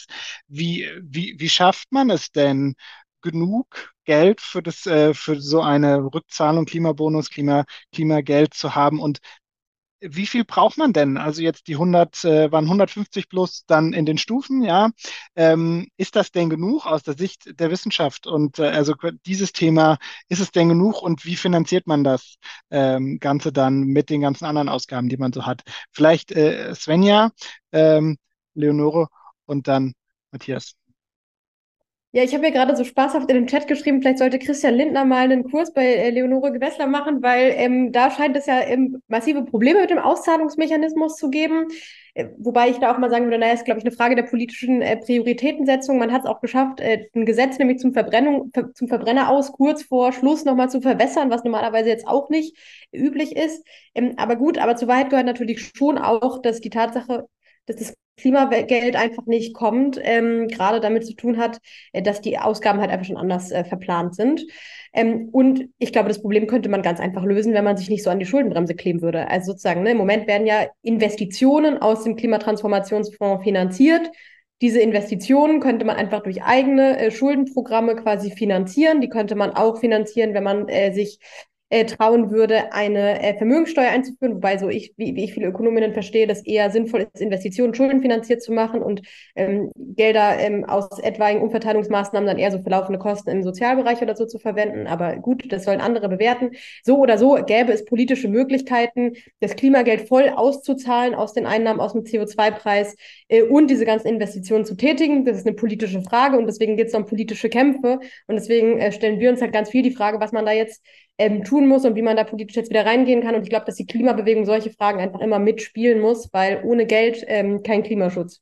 wie schafft man es denn, genug Geld für so eine Rückzahlung, Klimabonus, Klimageld zu haben? Und wie viel braucht man denn? Also jetzt die 100, waren 150 plus dann in den Stufen, ja. Ist das denn genug aus der Sicht der Wissenschaft? Und also dieses Thema, ist es denn genug und wie finanziert man das Ganze dann mit den ganzen anderen Ausgaben, die man so hat? Vielleicht Svenja, Leonore und dann Matthias. Ja, ich habe ja gerade so spaßhaft in den Chat geschrieben, vielleicht sollte Christian Lindner mal einen Kurs bei Leonore Gewessler machen, weil da scheint es ja massive Probleme mit dem Auszahlungsmechanismus zu geben. Wobei ich da auch mal sagen würde, naja, ist, glaube ich, eine Frage der politischen Prioritätensetzung. Man hat es auch geschafft, ein Gesetz nämlich zum Verbrenner aus kurz vor Schluss nochmal zu verwässern, was normalerweise jetzt auch nicht üblich ist. Aber gut, aber zur Wahrheit gehört natürlich schon auch, dass die Tatsache, dass das Klimageld einfach nicht kommt, gerade damit zu tun hat, dass die Ausgaben halt einfach schon anders verplant sind. Und ich glaube, das Problem könnte man ganz einfach lösen, wenn man sich nicht so an die Schuldenbremse kleben würde. Also sozusagen, ne, im Moment werden ja Investitionen aus dem Klimatransformationsfonds finanziert. Diese Investitionen könnte man einfach durch eigene Schuldenprogramme quasi finanzieren. Die könnte man auch finanzieren, wenn man sich trauen würde, eine Vermögenssteuer einzuführen, wobei wie ich viele Ökonominnen verstehe, das eher sinnvoll ist, Investitionen schuldenfinanziert zu machen und Gelder aus etwaigen Umverteilungsmaßnahmen dann eher so für laufende Kosten im Sozialbereich oder so zu verwenden. Aber gut, das sollen andere bewerten. So oder so gäbe es politische Möglichkeiten, das Klimageld voll auszuzahlen aus den Einnahmen aus dem CO2-Preis und diese ganzen Investitionen zu tätigen. Das ist eine politische Frage und deswegen geht es um politische Kämpfe. Und deswegen stellen wir uns halt ganz viel die Frage, was man da jetzt tun muss und wie man da politisch jetzt wieder reingehen kann. Und ich glaube, dass die Klimabewegung solche Fragen einfach immer mitspielen muss, weil ohne Geld kein Klimaschutz.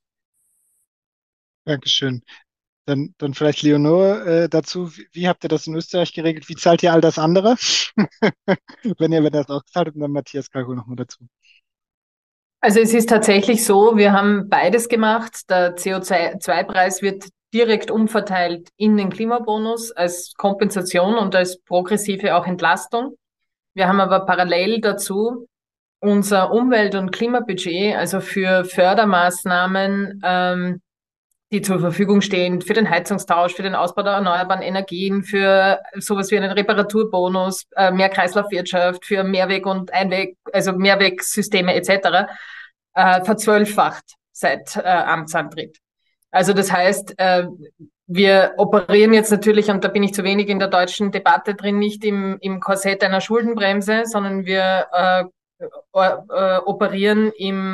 Dankeschön. Dann vielleicht Leonore dazu. Wie habt ihr das in Österreich geregelt? Wie zahlt ihr all das andere? Wenn ihr das auch gezahlt habt, und dann Matthias Kalkul nochmal dazu. Also es ist tatsächlich so, wir haben beides gemacht. Der CO2-Preis wird direkt umverteilt in den Klimabonus als Kompensation und als progressive auch Entlastung. Wir haben aber parallel dazu unser Umwelt- und Klimabudget, also für Fördermaßnahmen, die zur Verfügung stehen, für den Heizungstausch, für den Ausbau der erneuerbaren Energien, für sowas wie einen Reparaturbonus, mehr Kreislaufwirtschaft, für Mehrweg- und also Mehrwegsysteme etc., verzwölffacht seit Amtsantritt. Also das heißt, wir operieren jetzt natürlich, und da bin ich zu wenig in der deutschen Debatte drin, nicht im Korsett einer Schuldenbremse, sondern wir operieren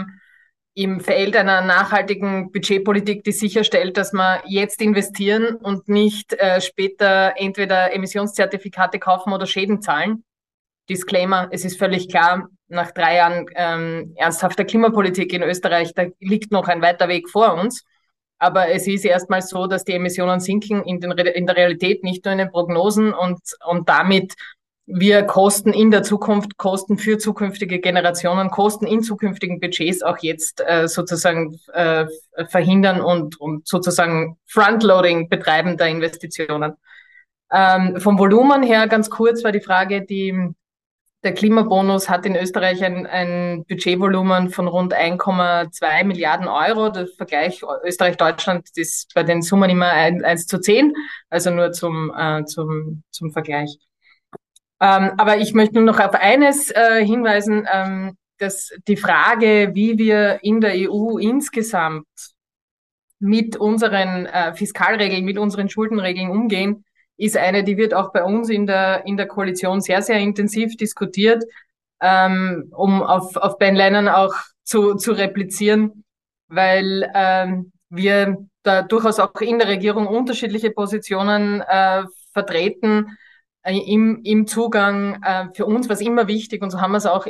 im Feld einer nachhaltigen Budgetpolitik, die sicherstellt, dass wir jetzt investieren und nicht später entweder Emissionszertifikate kaufen oder Schäden zahlen. Disclaimer, es ist völlig klar, nach 3 Jahren ernsthafter Klimapolitik in Österreich, da liegt noch ein weiter Weg vor uns. Aber es ist erstmal so, dass die Emissionen sinken in der Realität, nicht nur in den Prognosen und damit wir Kosten in der Zukunft, Kosten für zukünftige Generationen, Kosten in zukünftigen Budgets auch jetzt sozusagen verhindern und sozusagen Frontloading betreiben der Investitionen. Vom Volumen her ganz kurz war die Frage, der Klimabonus hat in Österreich ein Budgetvolumen von rund 1,2 Milliarden Euro. Der Vergleich Österreich-Deutschland ist bei den Summen immer 1:10, also nur zum Vergleich. Aber ich möchte nur noch auf eines hinweisen, dass die Frage, wie wir in der EU insgesamt mit unseren Fiskalregeln, mit unseren Schuldenregeln umgehen, ist eine, die wird auch bei uns in der Koalition sehr, sehr intensiv diskutiert, um auf Ben Lennon auch zu replizieren, weil wir da durchaus auch in der Regierung unterschiedliche Positionen vertreten. Im Zugang für uns war es immer wichtig, und so haben wir es auch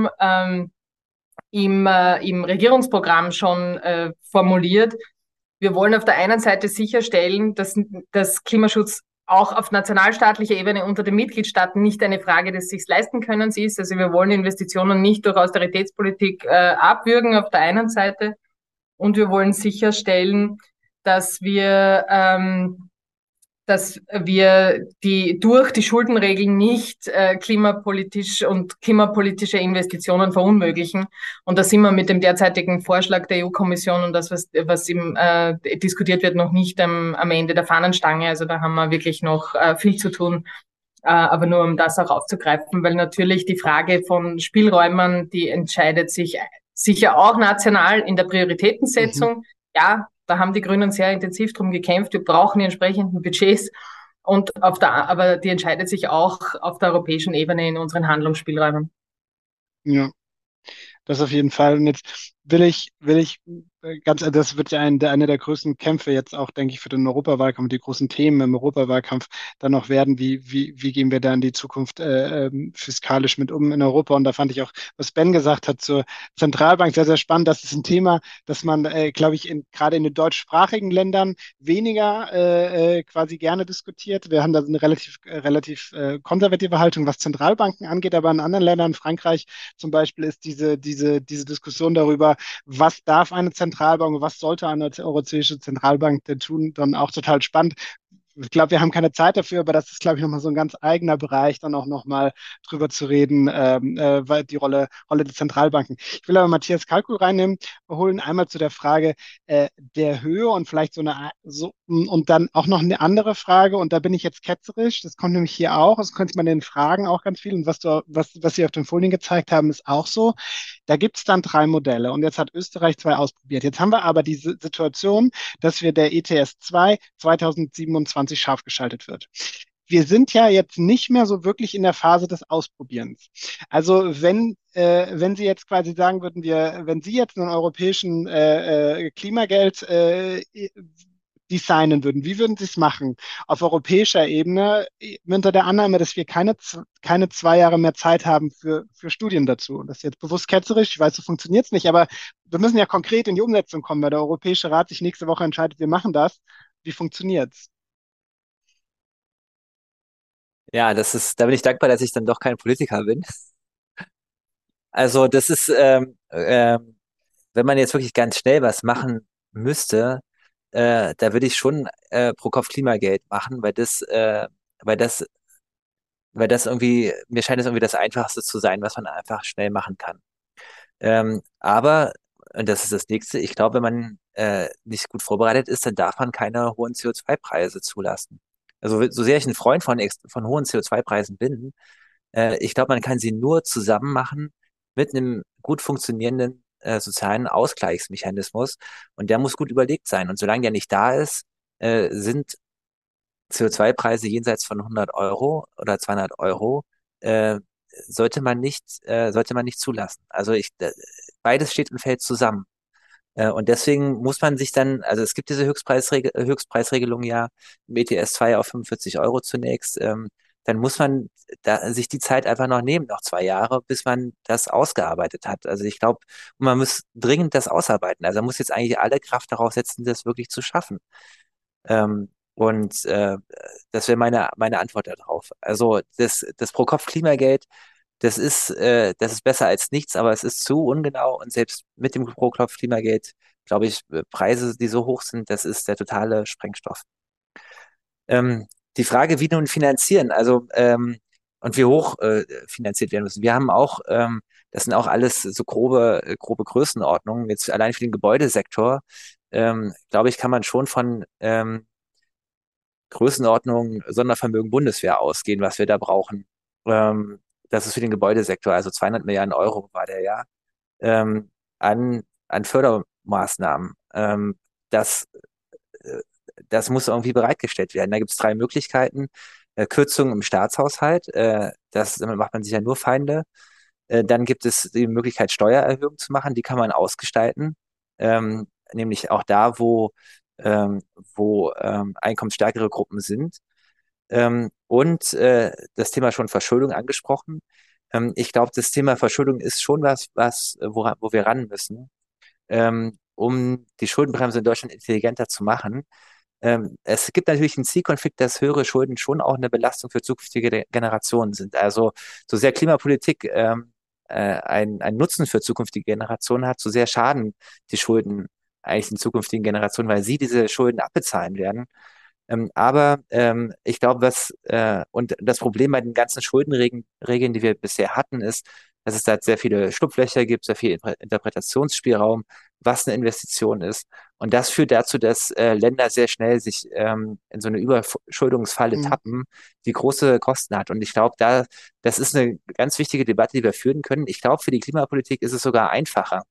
im Regierungsprogramm schon formuliert. Wir wollen auf der einen Seite sicherstellen, dass Klimaschutz auch auf nationalstaatlicher Ebene unter den Mitgliedstaaten nicht eine Frage des sich leisten können ist. Also wir wollen Investitionen nicht durch Austeritätspolitik abwürgen auf der einen Seite, und wir wollen sicherstellen, dass wir durch die Schuldenregeln nicht klimapolitische Investitionen verunmöglichen. Und da sind wir mit dem derzeitigen Vorschlag der EU-Kommission und das, was diskutiert wird, noch nicht am Ende der Fahnenstange. Also da haben wir wirklich noch viel zu tun. Aber nur um das auch aufzugreifen, weil natürlich die Frage von Spielräumen, die entscheidet sich sicher auch national in der Prioritätensetzung. Ja, da haben die Grünen sehr intensiv drum gekämpft. Wir brauchen die entsprechenden Budgets. Aber die entscheidet sich auch auf der europäischen Ebene in unseren Handlungsspielräumen. Ja, das auf jeden Fall. Und jetzt das wird ja einer der größten Kämpfe jetzt auch, denke ich, für den Europawahlkampf, die großen Themen im Europawahlkampf dann noch werden, wie gehen wir da in die Zukunft fiskalisch mit um in Europa. Und da fand ich auch, was Ben gesagt hat zur Zentralbank, sehr, sehr spannend. Das ist ein Thema, das man, glaube ich, gerade in den deutschsprachigen Ländern weniger quasi gerne diskutiert. Wir haben da eine relativ konservative Haltung, was Zentralbanken angeht, aber in anderen Ländern, Frankreich zum Beispiel, ist diese Diskussion darüber, was darf eine Zentralbank und was sollte eine europäische Zentralbank denn tun, dann auch total spannend. Ich glaube, wir haben keine Zeit dafür, aber das ist, glaube ich, nochmal so ein ganz eigener Bereich, dann auch nochmal drüber zu reden, weil die Rolle der Zentralbanken. Ich will aber Matthias Kalkul reinnehmen, holen einmal zu der Frage der Höhe und vielleicht und dann auch noch eine andere Frage, und da bin ich jetzt ketzerisch, das kommt nämlich hier auch, das könnte man in den Fragen auch ganz viel, und was Sie auf den Folien gezeigt haben, ist auch so. Da gibt es dann 3 Modelle, und jetzt hat Österreich 2 ausprobiert. Jetzt haben wir aber diese Situation, dass wir der ETS 2 2027 scharf geschaltet wird. Wir sind ja jetzt nicht mehr so wirklich in der Phase des Ausprobierens. Also wenn Sie jetzt quasi sagen würden, wenn Sie jetzt einen europäischen Klimageld designen würden, wie würden Sie es machen? Auf europäischer Ebene unter der Annahme, dass wir keine 2 Jahre mehr Zeit haben für Studien dazu. Das ist jetzt bewusst ketzerisch, ich weiß, so funktioniert es nicht, aber wir müssen ja konkret in die Umsetzung kommen, weil der Europäische Rat sich nächste Woche entscheidet, wir machen das. Wie funktioniert's? Ja, da bin ich dankbar, dass ich dann doch kein Politiker bin. Also das ist, wenn man jetzt wirklich ganz schnell was machen müsste, da würde ich schon pro Kopf Klimageld machen, weil das, weil das irgendwie, mir scheint es irgendwie das Einfachste zu sein, was man einfach schnell machen kann. Aber, und das ist das Nächste, ich glaube, wenn man nicht gut vorbereitet ist, dann darf man keine hohen CO2-Preise zulassen. Also so sehr ich ein Freund von hohen CO2-Preisen bin, ich glaube, man kann sie nur zusammen machen mit einem gut funktionierenden sozialen Ausgleichsmechanismus, und der muss gut überlegt sein. Und solange der nicht da ist, sind CO2-Preise jenseits von 100 € oder 200 € äh, sollte man nicht zulassen. Also beides steht und fällt zusammen. Und deswegen muss man sich dann, also es gibt diese Höchstpreisregelung ja im ETS 2 auf 45 € zunächst. Dann muss man sich die Zeit einfach noch nehmen, noch 2 Jahre, bis man das ausgearbeitet hat. Also ich glaube, man muss dringend das ausarbeiten. Also man muss jetzt eigentlich alle Kraft darauf setzen, das wirklich zu schaffen. Und das wäre meine Antwort darauf. Also das Pro-Kopf-Klimageld, das ist besser als nichts, aber es ist zu ungenau, und selbst mit dem Pro-Kopf-Klimageld, glaube ich, Preise, die so hoch sind, das ist der totale Sprengstoff. Ähm, Die Frage, wie nun finanzieren, also und wie hoch finanziert werden müssen. Wir haben auch, das sind auch alles so grobe Größenordnungen. Jetzt allein für den Gebäudesektor, glaube ich, kann man schon von Größenordnung Sondervermögen Bundeswehr ausgehen, was wir da brauchen. Das ist für den Gebäudesektor, also 200 Milliarden Euro war der ja, an Fördermaßnahmen. das, das muss irgendwie bereitgestellt werden. Da gibt es drei Möglichkeiten. Kürzungen im Staatshaushalt, damit macht man sich ja nur Feinde. Dann gibt es die Möglichkeit, Steuererhöhungen zu machen, die kann man ausgestalten, nämlich auch da, wo einkommensstärkere Gruppen sind. Und das Thema schon Verschuldung angesprochen. Ich glaube, das Thema Verschuldung ist schon wo wir ran müssen, um die Schuldenbremse in Deutschland intelligenter zu machen. Es gibt natürlich einen Zielkonflikt, dass höhere Schulden schon auch eine Belastung für zukünftige Generationen sind. Also so sehr Klimapolitik ein Nutzen für zukünftige Generationen hat, so sehr schaden die Schulden eigentlich den zukünftigen Generationen, weil sie diese Schulden abbezahlen werden. Aber ich glaube, und das Problem bei den ganzen Schuldenregeln, die wir bisher hatten, ist, dass es da sehr viele Schlupflöcher gibt, sehr viel Interpretationsspielraum, was eine Investition ist. Und das führt dazu, dass Länder sehr schnell sich in so eine Überschuldungsfalle tappen, die große Kosten hat. Und ich glaube, das ist eine ganz wichtige Debatte, die wir führen können. Ich glaube, für die Klimapolitik ist es sogar einfacher,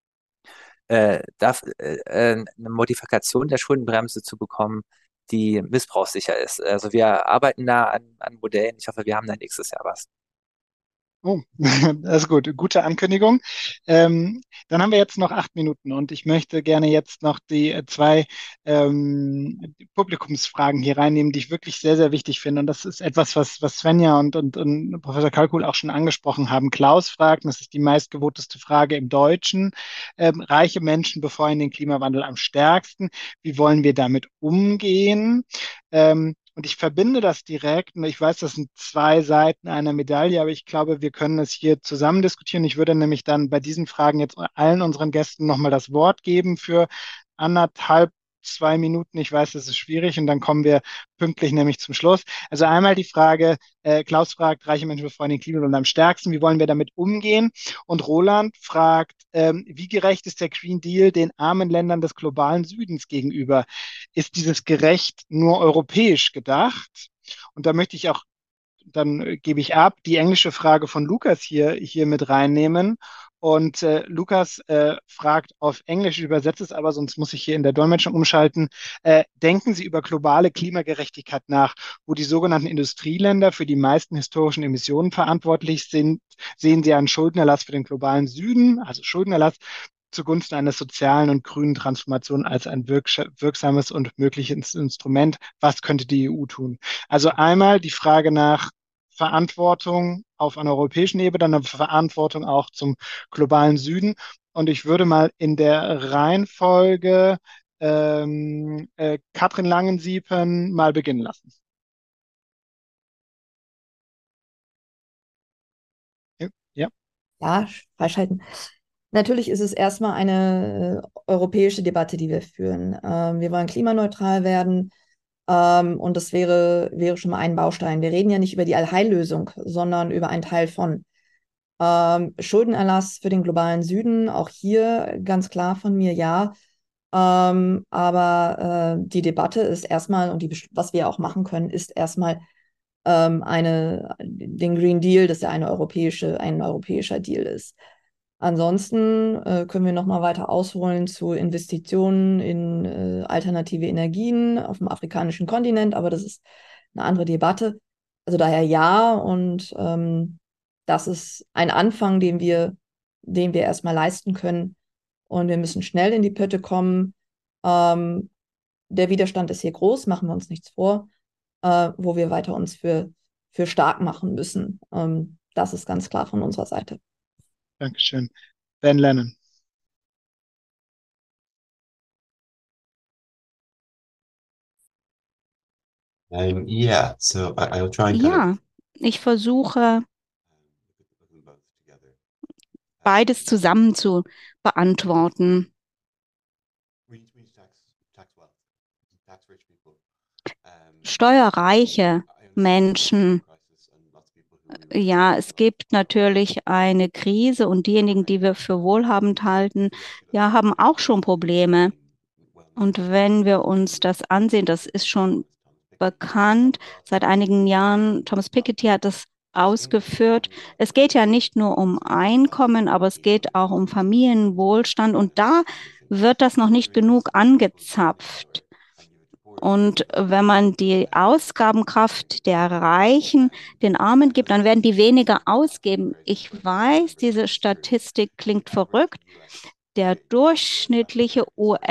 eine Modifikation der Schuldenbremse zu bekommen, die missbrauchssicher ist. Also wir arbeiten da an Modellen. Ich hoffe, wir haben da nächstes Jahr was. Oh, das ist gut. Gute Ankündigung. Dann haben wir jetzt noch 8 Minuten und ich möchte gerne jetzt noch die zwei Publikumsfragen hier reinnehmen, die ich wirklich sehr, sehr wichtig finde. Und das ist etwas, was Svenja und Professor Kalkuhl auch schon angesprochen haben. Klaus fragt, und das ist die meistgevoteste Frage im Deutschen, reiche Menschen befeuern den Klimawandel am stärksten. Wie wollen wir damit umgehen? Und ich verbinde das direkt, und ich weiß, das sind zwei Seiten einer Medaille, aber ich glaube, wir können es hier zusammen diskutieren. Ich würde nämlich dann bei diesen Fragen jetzt allen unseren Gästen nochmal das Wort geben für 1,5, 2 Minuten. Ich weiß, das ist schwierig und dann kommen wir pünktlich nämlich zum Schluss. Also einmal die Frage, Klaus fragt, reiche Menschen befeuern den Klimawandel am stärksten. Wie wollen wir damit umgehen? Und Roland fragt, wie gerecht ist der Green Deal den armen Ländern des globalen Südens gegenüber? Ist dieses gerecht nur europäisch gedacht? Und da möchte ich auch, dann gebe ich ab, die englische Frage von Lukas hier mit reinnehmen. Und Lukas fragt auf Englisch, ich übersetze es aber, sonst muss ich hier in der Dolmetschung umschalten. Denken Sie über globale Klimagerechtigkeit nach, wo die sogenannten Industrieländer für die meisten historischen Emissionen verantwortlich sind? Sehen Sie einen Schuldenerlass für den globalen Süden, also Schuldenerlass zugunsten einer sozialen und grünen Transformation als ein wirksames und mögliches Instrument? Was könnte die EU tun? Also einmal die Frage nach Verantwortung auf einer europäischen Ebene, dann eine Verantwortung auch zum globalen Süden. Und ich würde mal in der Reihenfolge Katrin Langensiepen mal beginnen lassen. Ja. Ja, freischalten. Natürlich ist es erstmal eine europäische Debatte, die wir führen. Wir wollen klimaneutral werden und das wäre schon mal ein Baustein. Wir reden ja nicht über die Allheillösung, sondern über einen Teil von Schuldenerlass für den globalen Süden. Auch hier ganz klar von mir ja. Aber die Debatte ist erstmal, und was wir auch machen können, ist erstmal den Green Deal, dass er ein europäischer Deal ist. Ansonsten können wir noch mal weiter ausholen zu Investitionen in alternative Energien auf dem afrikanischen Kontinent, aber das ist eine andere Debatte. Also daher ja, und das ist ein Anfang, den wir erstmal leisten können. Und wir müssen schnell in die Pötte kommen. Der Widerstand ist hier groß, machen wir uns nichts vor, wo wir weiter uns für stark machen müssen. Das ist ganz klar von unserer Seite. Dankeschön. Ben Lennon. Yeah, so I'll try and Ja, ich versuche beides zusammen zu beantworten. Steuerreiche Menschen, ja, es gibt natürlich eine Krise und diejenigen, die wir für wohlhabend halten, ja, haben auch schon Probleme. Und wenn wir uns das ansehen, das ist schon bekannt seit einigen Jahren. Thomas Piketty hat das ausgeführt. Es geht ja nicht nur um Einkommen, aber es geht auch um Familienwohlstand. Und da wird das noch nicht genug angezapft. Und wenn man die Ausgabenkraft der Reichen den Armen gibt, dann werden die weniger ausgeben. Ich weiß, diese Statistik klingt verrückt. Der durchschnittliche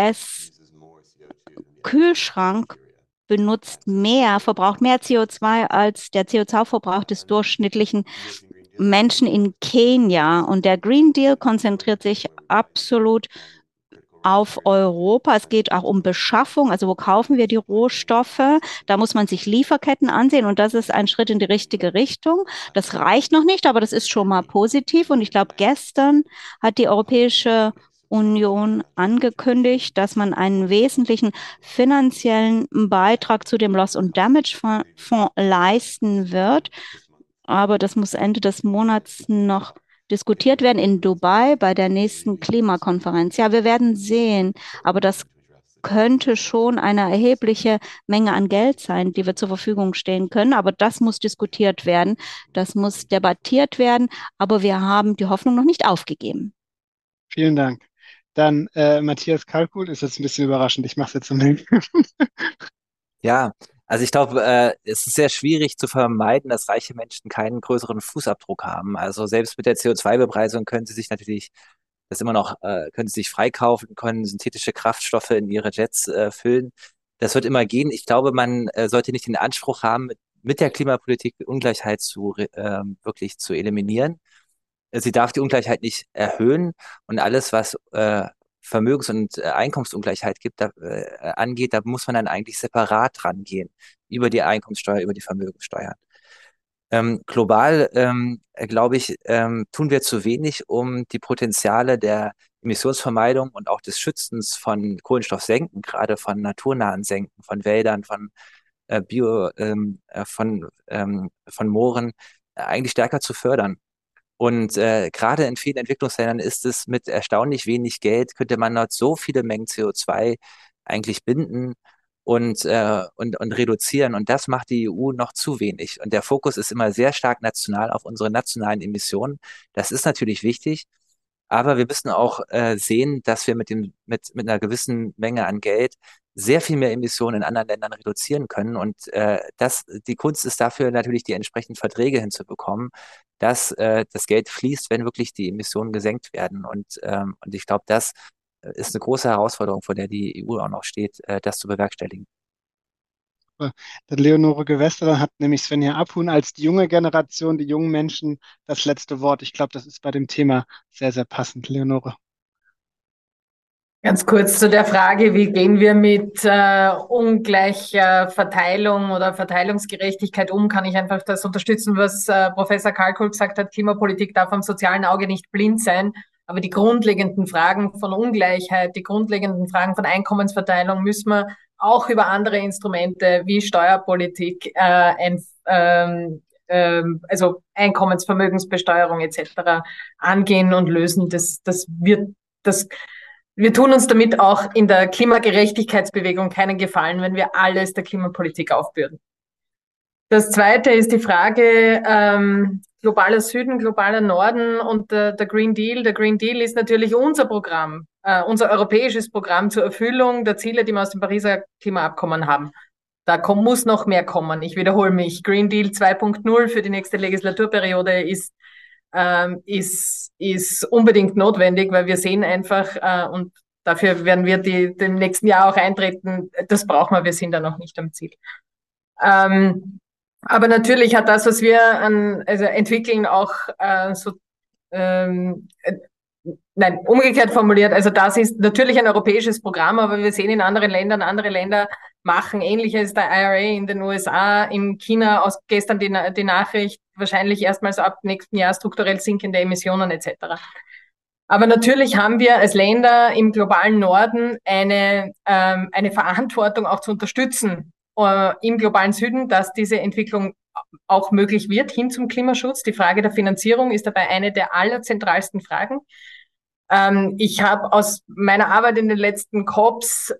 US-Kühlschrank verbraucht mehr CO2 als der CO2-Verbrauch des durchschnittlichen Menschen in Kenia. Und der Green Deal konzentriert sich absolut auf Europa. Es geht auch um Beschaffung, also wo kaufen wir die Rohstoffe? Da muss man sich Lieferketten ansehen und das ist ein Schritt in die richtige Richtung. Das reicht noch nicht, aber das ist schon mal positiv. Und ich glaube, gestern hat die Europäische Union angekündigt, dass man einen wesentlichen finanziellen Beitrag zu dem Loss- und Damage-Fonds leisten wird. Aber das muss Ende des Monats noch diskutiert werden in Dubai bei der nächsten Klimakonferenz. Ja, wir werden sehen, aber das könnte schon eine erhebliche Menge an Geld sein, die wir zur Verfügung stehen können. Aber das muss diskutiert werden, das muss debattiert werden. Aber wir haben die Hoffnung noch nicht aufgegeben. Vielen Dank. Dann Matthias Kalkuhl ist jetzt ein bisschen überraschend. Ich mache es jetzt zum Ende. Ja, also ich glaube, es ist sehr schwierig zu vermeiden, dass reiche Menschen keinen größeren Fußabdruck haben. Also selbst mit der CO2-Bepreisung können sie sich natürlich das immer noch, können sie sich freikaufen, können synthetische Kraftstoffe in ihre Jets füllen. Das wird immer gehen. Ich glaube, man sollte nicht den Anspruch haben, mit der Klimapolitik die Ungleichheit wirklich zu eliminieren. Sie darf die Ungleichheit nicht erhöhen und alles, was Vermögens- und Einkommensungleichheit angeht, da muss man dann eigentlich separat rangehen, über die Einkommenssteuer, über die Vermögenssteuer. Global, glaube ich, tun wir zu wenig, um die Potenziale der Emissionsvermeidung und auch des Schützens von Kohlenstoffsenken, gerade von naturnahen Senken, von Wäldern, von von Mooren, eigentlich stärker zu fördern. Und gerade in vielen Entwicklungsländern ist es mit erstaunlich wenig Geld, könnte man dort so viele Mengen CO2 eigentlich binden und reduzieren. Und das macht die EU noch zu wenig. Und der Fokus ist immer sehr stark national auf unsere nationalen Emissionen. Das ist natürlich wichtig. Aber wir müssen auch sehen, dass wir mit einer gewissen Menge an Geld sehr viel mehr Emissionen in anderen Ländern reduzieren können. Und die Kunst ist dafür natürlich, die entsprechenden Verträge hinzubekommen, dass das Geld fließt, wenn wirklich die Emissionen gesenkt werden. Und ich glaube, das ist eine große Herausforderung, vor der die EU auch noch steht, das zu bewerkstelligen. Der Leonore Gewässer, dann hat nämlich Svenja Abhuhn als die junge Generation, die jungen Menschen, das letzte Wort. Ich glaube, das ist bei dem Thema sehr, sehr passend. Leonore. Ganz kurz zu der Frage, wie gehen wir mit ungleicher Verteilung oder Verteilungsgerechtigkeit um, kann ich einfach das unterstützen, was Professor Kalkuhl gesagt hat. Klimapolitik darf am sozialen Auge nicht blind sein, aber die grundlegenden Fragen von Ungleichheit, die grundlegenden Fragen von Einkommensverteilung müssen wir auch über andere Instrumente wie Steuerpolitik, also Einkommensvermögensbesteuerung etc. angehen und lösen. Wir tun uns damit auch in der Klimagerechtigkeitsbewegung keinen Gefallen, wenn wir alles der Klimapolitik aufbürden. Das Zweite ist die Frage globaler Süden, globaler Norden und der Green Deal. Der Green Deal ist natürlich unser Programm, unser europäisches Programm zur Erfüllung der Ziele, die wir aus dem Pariser Klimaabkommen haben. Da muss noch mehr kommen. Ich wiederhole mich. Green Deal 2.0 für die nächste Legislaturperiode ist unbedingt notwendig, weil wir sehen einfach, und dafür werden wir dem nächsten Jahr auch eintreten, das brauchen wir sind da noch nicht am Ziel. Aber natürlich hat das, was wir entwickeln, auch umgekehrt formuliert, also das ist natürlich ein europäisches Programm, aber wir sehen in andere Länder machen Ähnliches, der IRA in den USA, in China aus gestern die Nachricht, wahrscheinlich erstmals ab nächsten Jahr strukturell sinkende Emissionen etc. Aber natürlich haben wir als Länder im globalen Norden eine Verantwortung auch zu unterstützen im globalen Süden, dass diese Entwicklung auch möglich wird hin zum Klimaschutz. Die Frage der Finanzierung ist dabei eine der allerzentralsten Fragen. Ich habe aus meiner Arbeit in den letzten COPs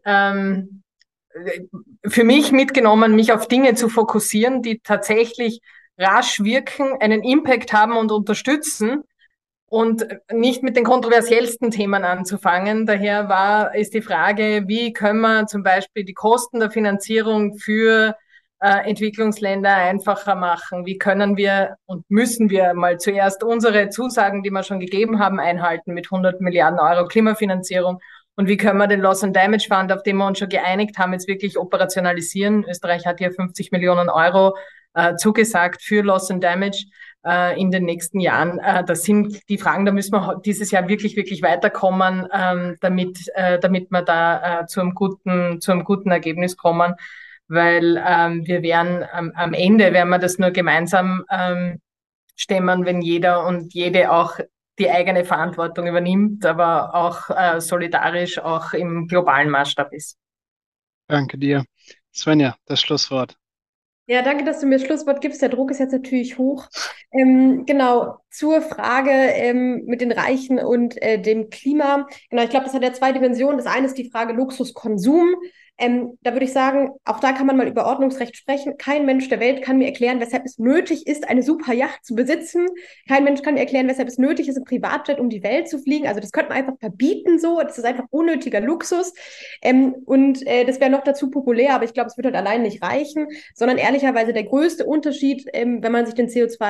für mich mitgenommen, mich auf Dinge zu fokussieren, die tatsächlich rasch wirken, einen Impact haben und unterstützen und nicht mit den kontroversiellsten Themen anzufangen. Daher ist die Frage, wie können wir zum Beispiel die Kosten der Finanzierung für Entwicklungsländer einfacher machen? Wie können wir und müssen wir mal zuerst unsere Zusagen, die wir schon gegeben haben, einhalten mit 100 Milliarden Euro Klimafinanzierung? Und wie können wir den Loss and Damage Fund, auf den wir uns schon geeinigt haben, jetzt wirklich operationalisieren? Österreich hat hier 50 Millionen Euro zugesagt für Loss and Damage in den nächsten Jahren. Das sind die Fragen, da müssen wir dieses Jahr wirklich, wirklich weiterkommen, damit wir da zu einem guten Ergebnis kommen, weil wir werden am Ende, werden wir das nur gemeinsam stemmen, wenn jeder und jede auch die eigene Verantwortung übernimmt, aber auch solidarisch auch im globalen Maßstab ist. Danke dir. Svenja, das Schlusswort. Ja, danke, dass du mir das Schlusswort gibst. Der Druck ist jetzt natürlich hoch. Genau, zur Frage mit den Reichen und dem Klima. Genau, ich glaube, das hat ja zwei Dimensionen. Das eine ist die Frage Luxuskonsum. Da würde ich sagen, auch da kann man mal über Ordnungsrecht sprechen. Kein Mensch der Welt kann mir erklären, weshalb es nötig ist, eine super Yacht zu besitzen. Kein Mensch kann mir erklären, weshalb es nötig ist, im Privatjet um die Welt zu fliegen. Also das könnte man einfach verbieten so. Das ist einfach unnötiger Luxus. Das wäre noch dazu populär, aber ich glaube, es wird halt allein nicht reichen, sondern ehrlicherweise der größte Unterschied, wenn man sich den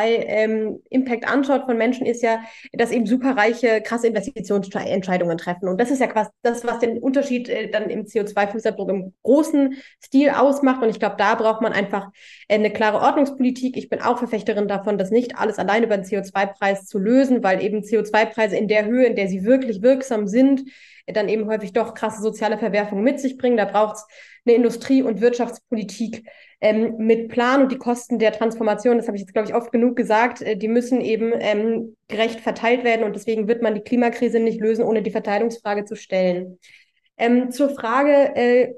CO2-Impact anschaut von Menschen, ist ja, dass eben superreiche krasse Investitionsentscheidungen treffen. Und das ist ja quasi das, was den Unterschied dann im CO2-Fußabdruck im großen Stil ausmacht. Und ich glaube, da braucht man einfach eine klare Ordnungspolitik. Ich bin auch Verfechterin davon, das nicht alles allein über den CO2-Preis zu lösen, weil eben CO2-Preise in der Höhe, in der sie wirklich wirksam sind, dann eben häufig doch krasse soziale Verwerfungen mit sich bringen. Da braucht es eine Industrie- und Wirtschaftspolitik mit Plan, und die Kosten der Transformation, das habe ich jetzt, glaube ich, oft genug gesagt, die müssen eben gerecht verteilt werden, und deswegen wird man die Klimakrise nicht lösen, ohne die Verteilungsfrage zu stellen. Zur Frage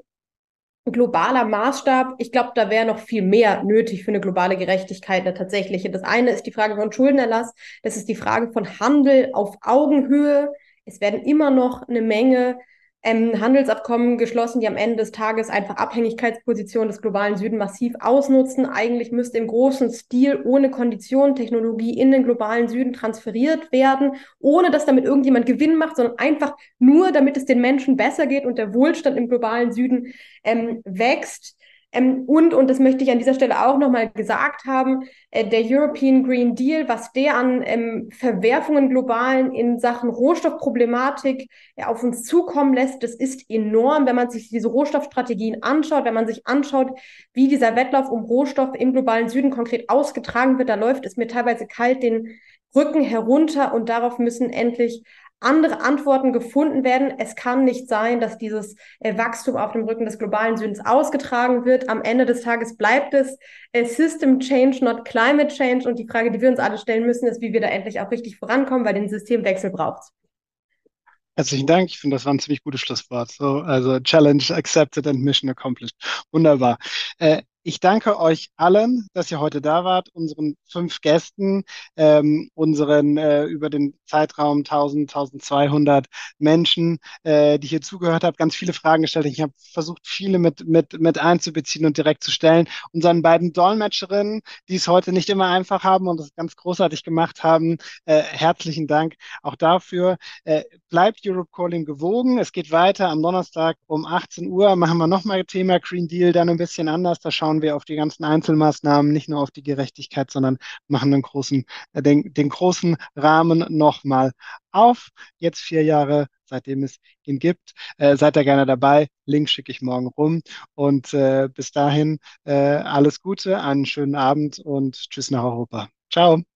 globaler Maßstab, ich glaube, da wäre noch viel mehr nötig für eine globale Gerechtigkeit, eine tatsächliche. Das eine ist die Frage von Schuldenerlass, das ist die Frage von Handel auf Augenhöhe. Es werden immer noch eine Menge Handelsabkommen geschlossen, die am Ende des Tages einfach Abhängigkeitspositionen des globalen Süden massiv ausnutzen. Eigentlich müsste im großen Stil ohne Kondition Technologie in den globalen Süden transferiert werden, ohne dass damit irgendjemand Gewinn macht, sondern einfach nur, damit es den Menschen besser geht und der Wohlstand im globalen Süden wächst. Und das möchte ich an dieser Stelle auch nochmal gesagt haben, der European Green Deal, was der an Verwerfungen globalen in Sachen Rohstoffproblematik auf uns zukommen lässt, das ist enorm, wenn man sich diese Rohstoffstrategien anschaut, wenn man sich anschaut, wie dieser Wettlauf um Rohstoffe im globalen Süden konkret ausgetragen wird, da läuft es mir teilweise kalt den Rücken herunter, und darauf müssen endlich andere Antworten gefunden werden. Es kann nicht sein, dass dieses Wachstum auf dem Rücken des globalen Südens ausgetragen wird. Am Ende des Tages bleibt es System Change, not Climate Change. Und die Frage, die wir uns alle stellen müssen, ist, wie wir da endlich auch richtig vorankommen, weil den Systemwechsel braucht es. Herzlichen Dank. Ich finde, das war ein ziemlich gutes Schlusswort. So, also Challenge accepted and Mission accomplished. Wunderbar. Ich danke euch allen, dass ihr heute da wart, unseren 5 Gästen, unseren über den Zeitraum 1200 Menschen, die hier zugehört haben, ganz viele Fragen gestellt. Ich habe versucht, viele mit einzubeziehen und direkt zu stellen. Unseren beiden Dolmetscherinnen, die es heute nicht immer einfach haben und das ganz großartig gemacht haben, herzlichen Dank auch dafür. Bleibt Europe Calling gewogen. Es geht weiter am Donnerstag um 18 Uhr. Machen wir nochmal Thema Green Deal, dann ein bisschen anders. Da schauen wir auf die ganzen Einzelmaßnahmen, nicht nur auf die Gerechtigkeit, sondern machen den großen Rahmen nochmal auf. Jetzt 4 Jahre, seitdem es ihn gibt. Seid da gerne dabei. Link schicke ich morgen rum. Und bis dahin alles Gute, einen schönen Abend und tschüss nach Europa. Ciao.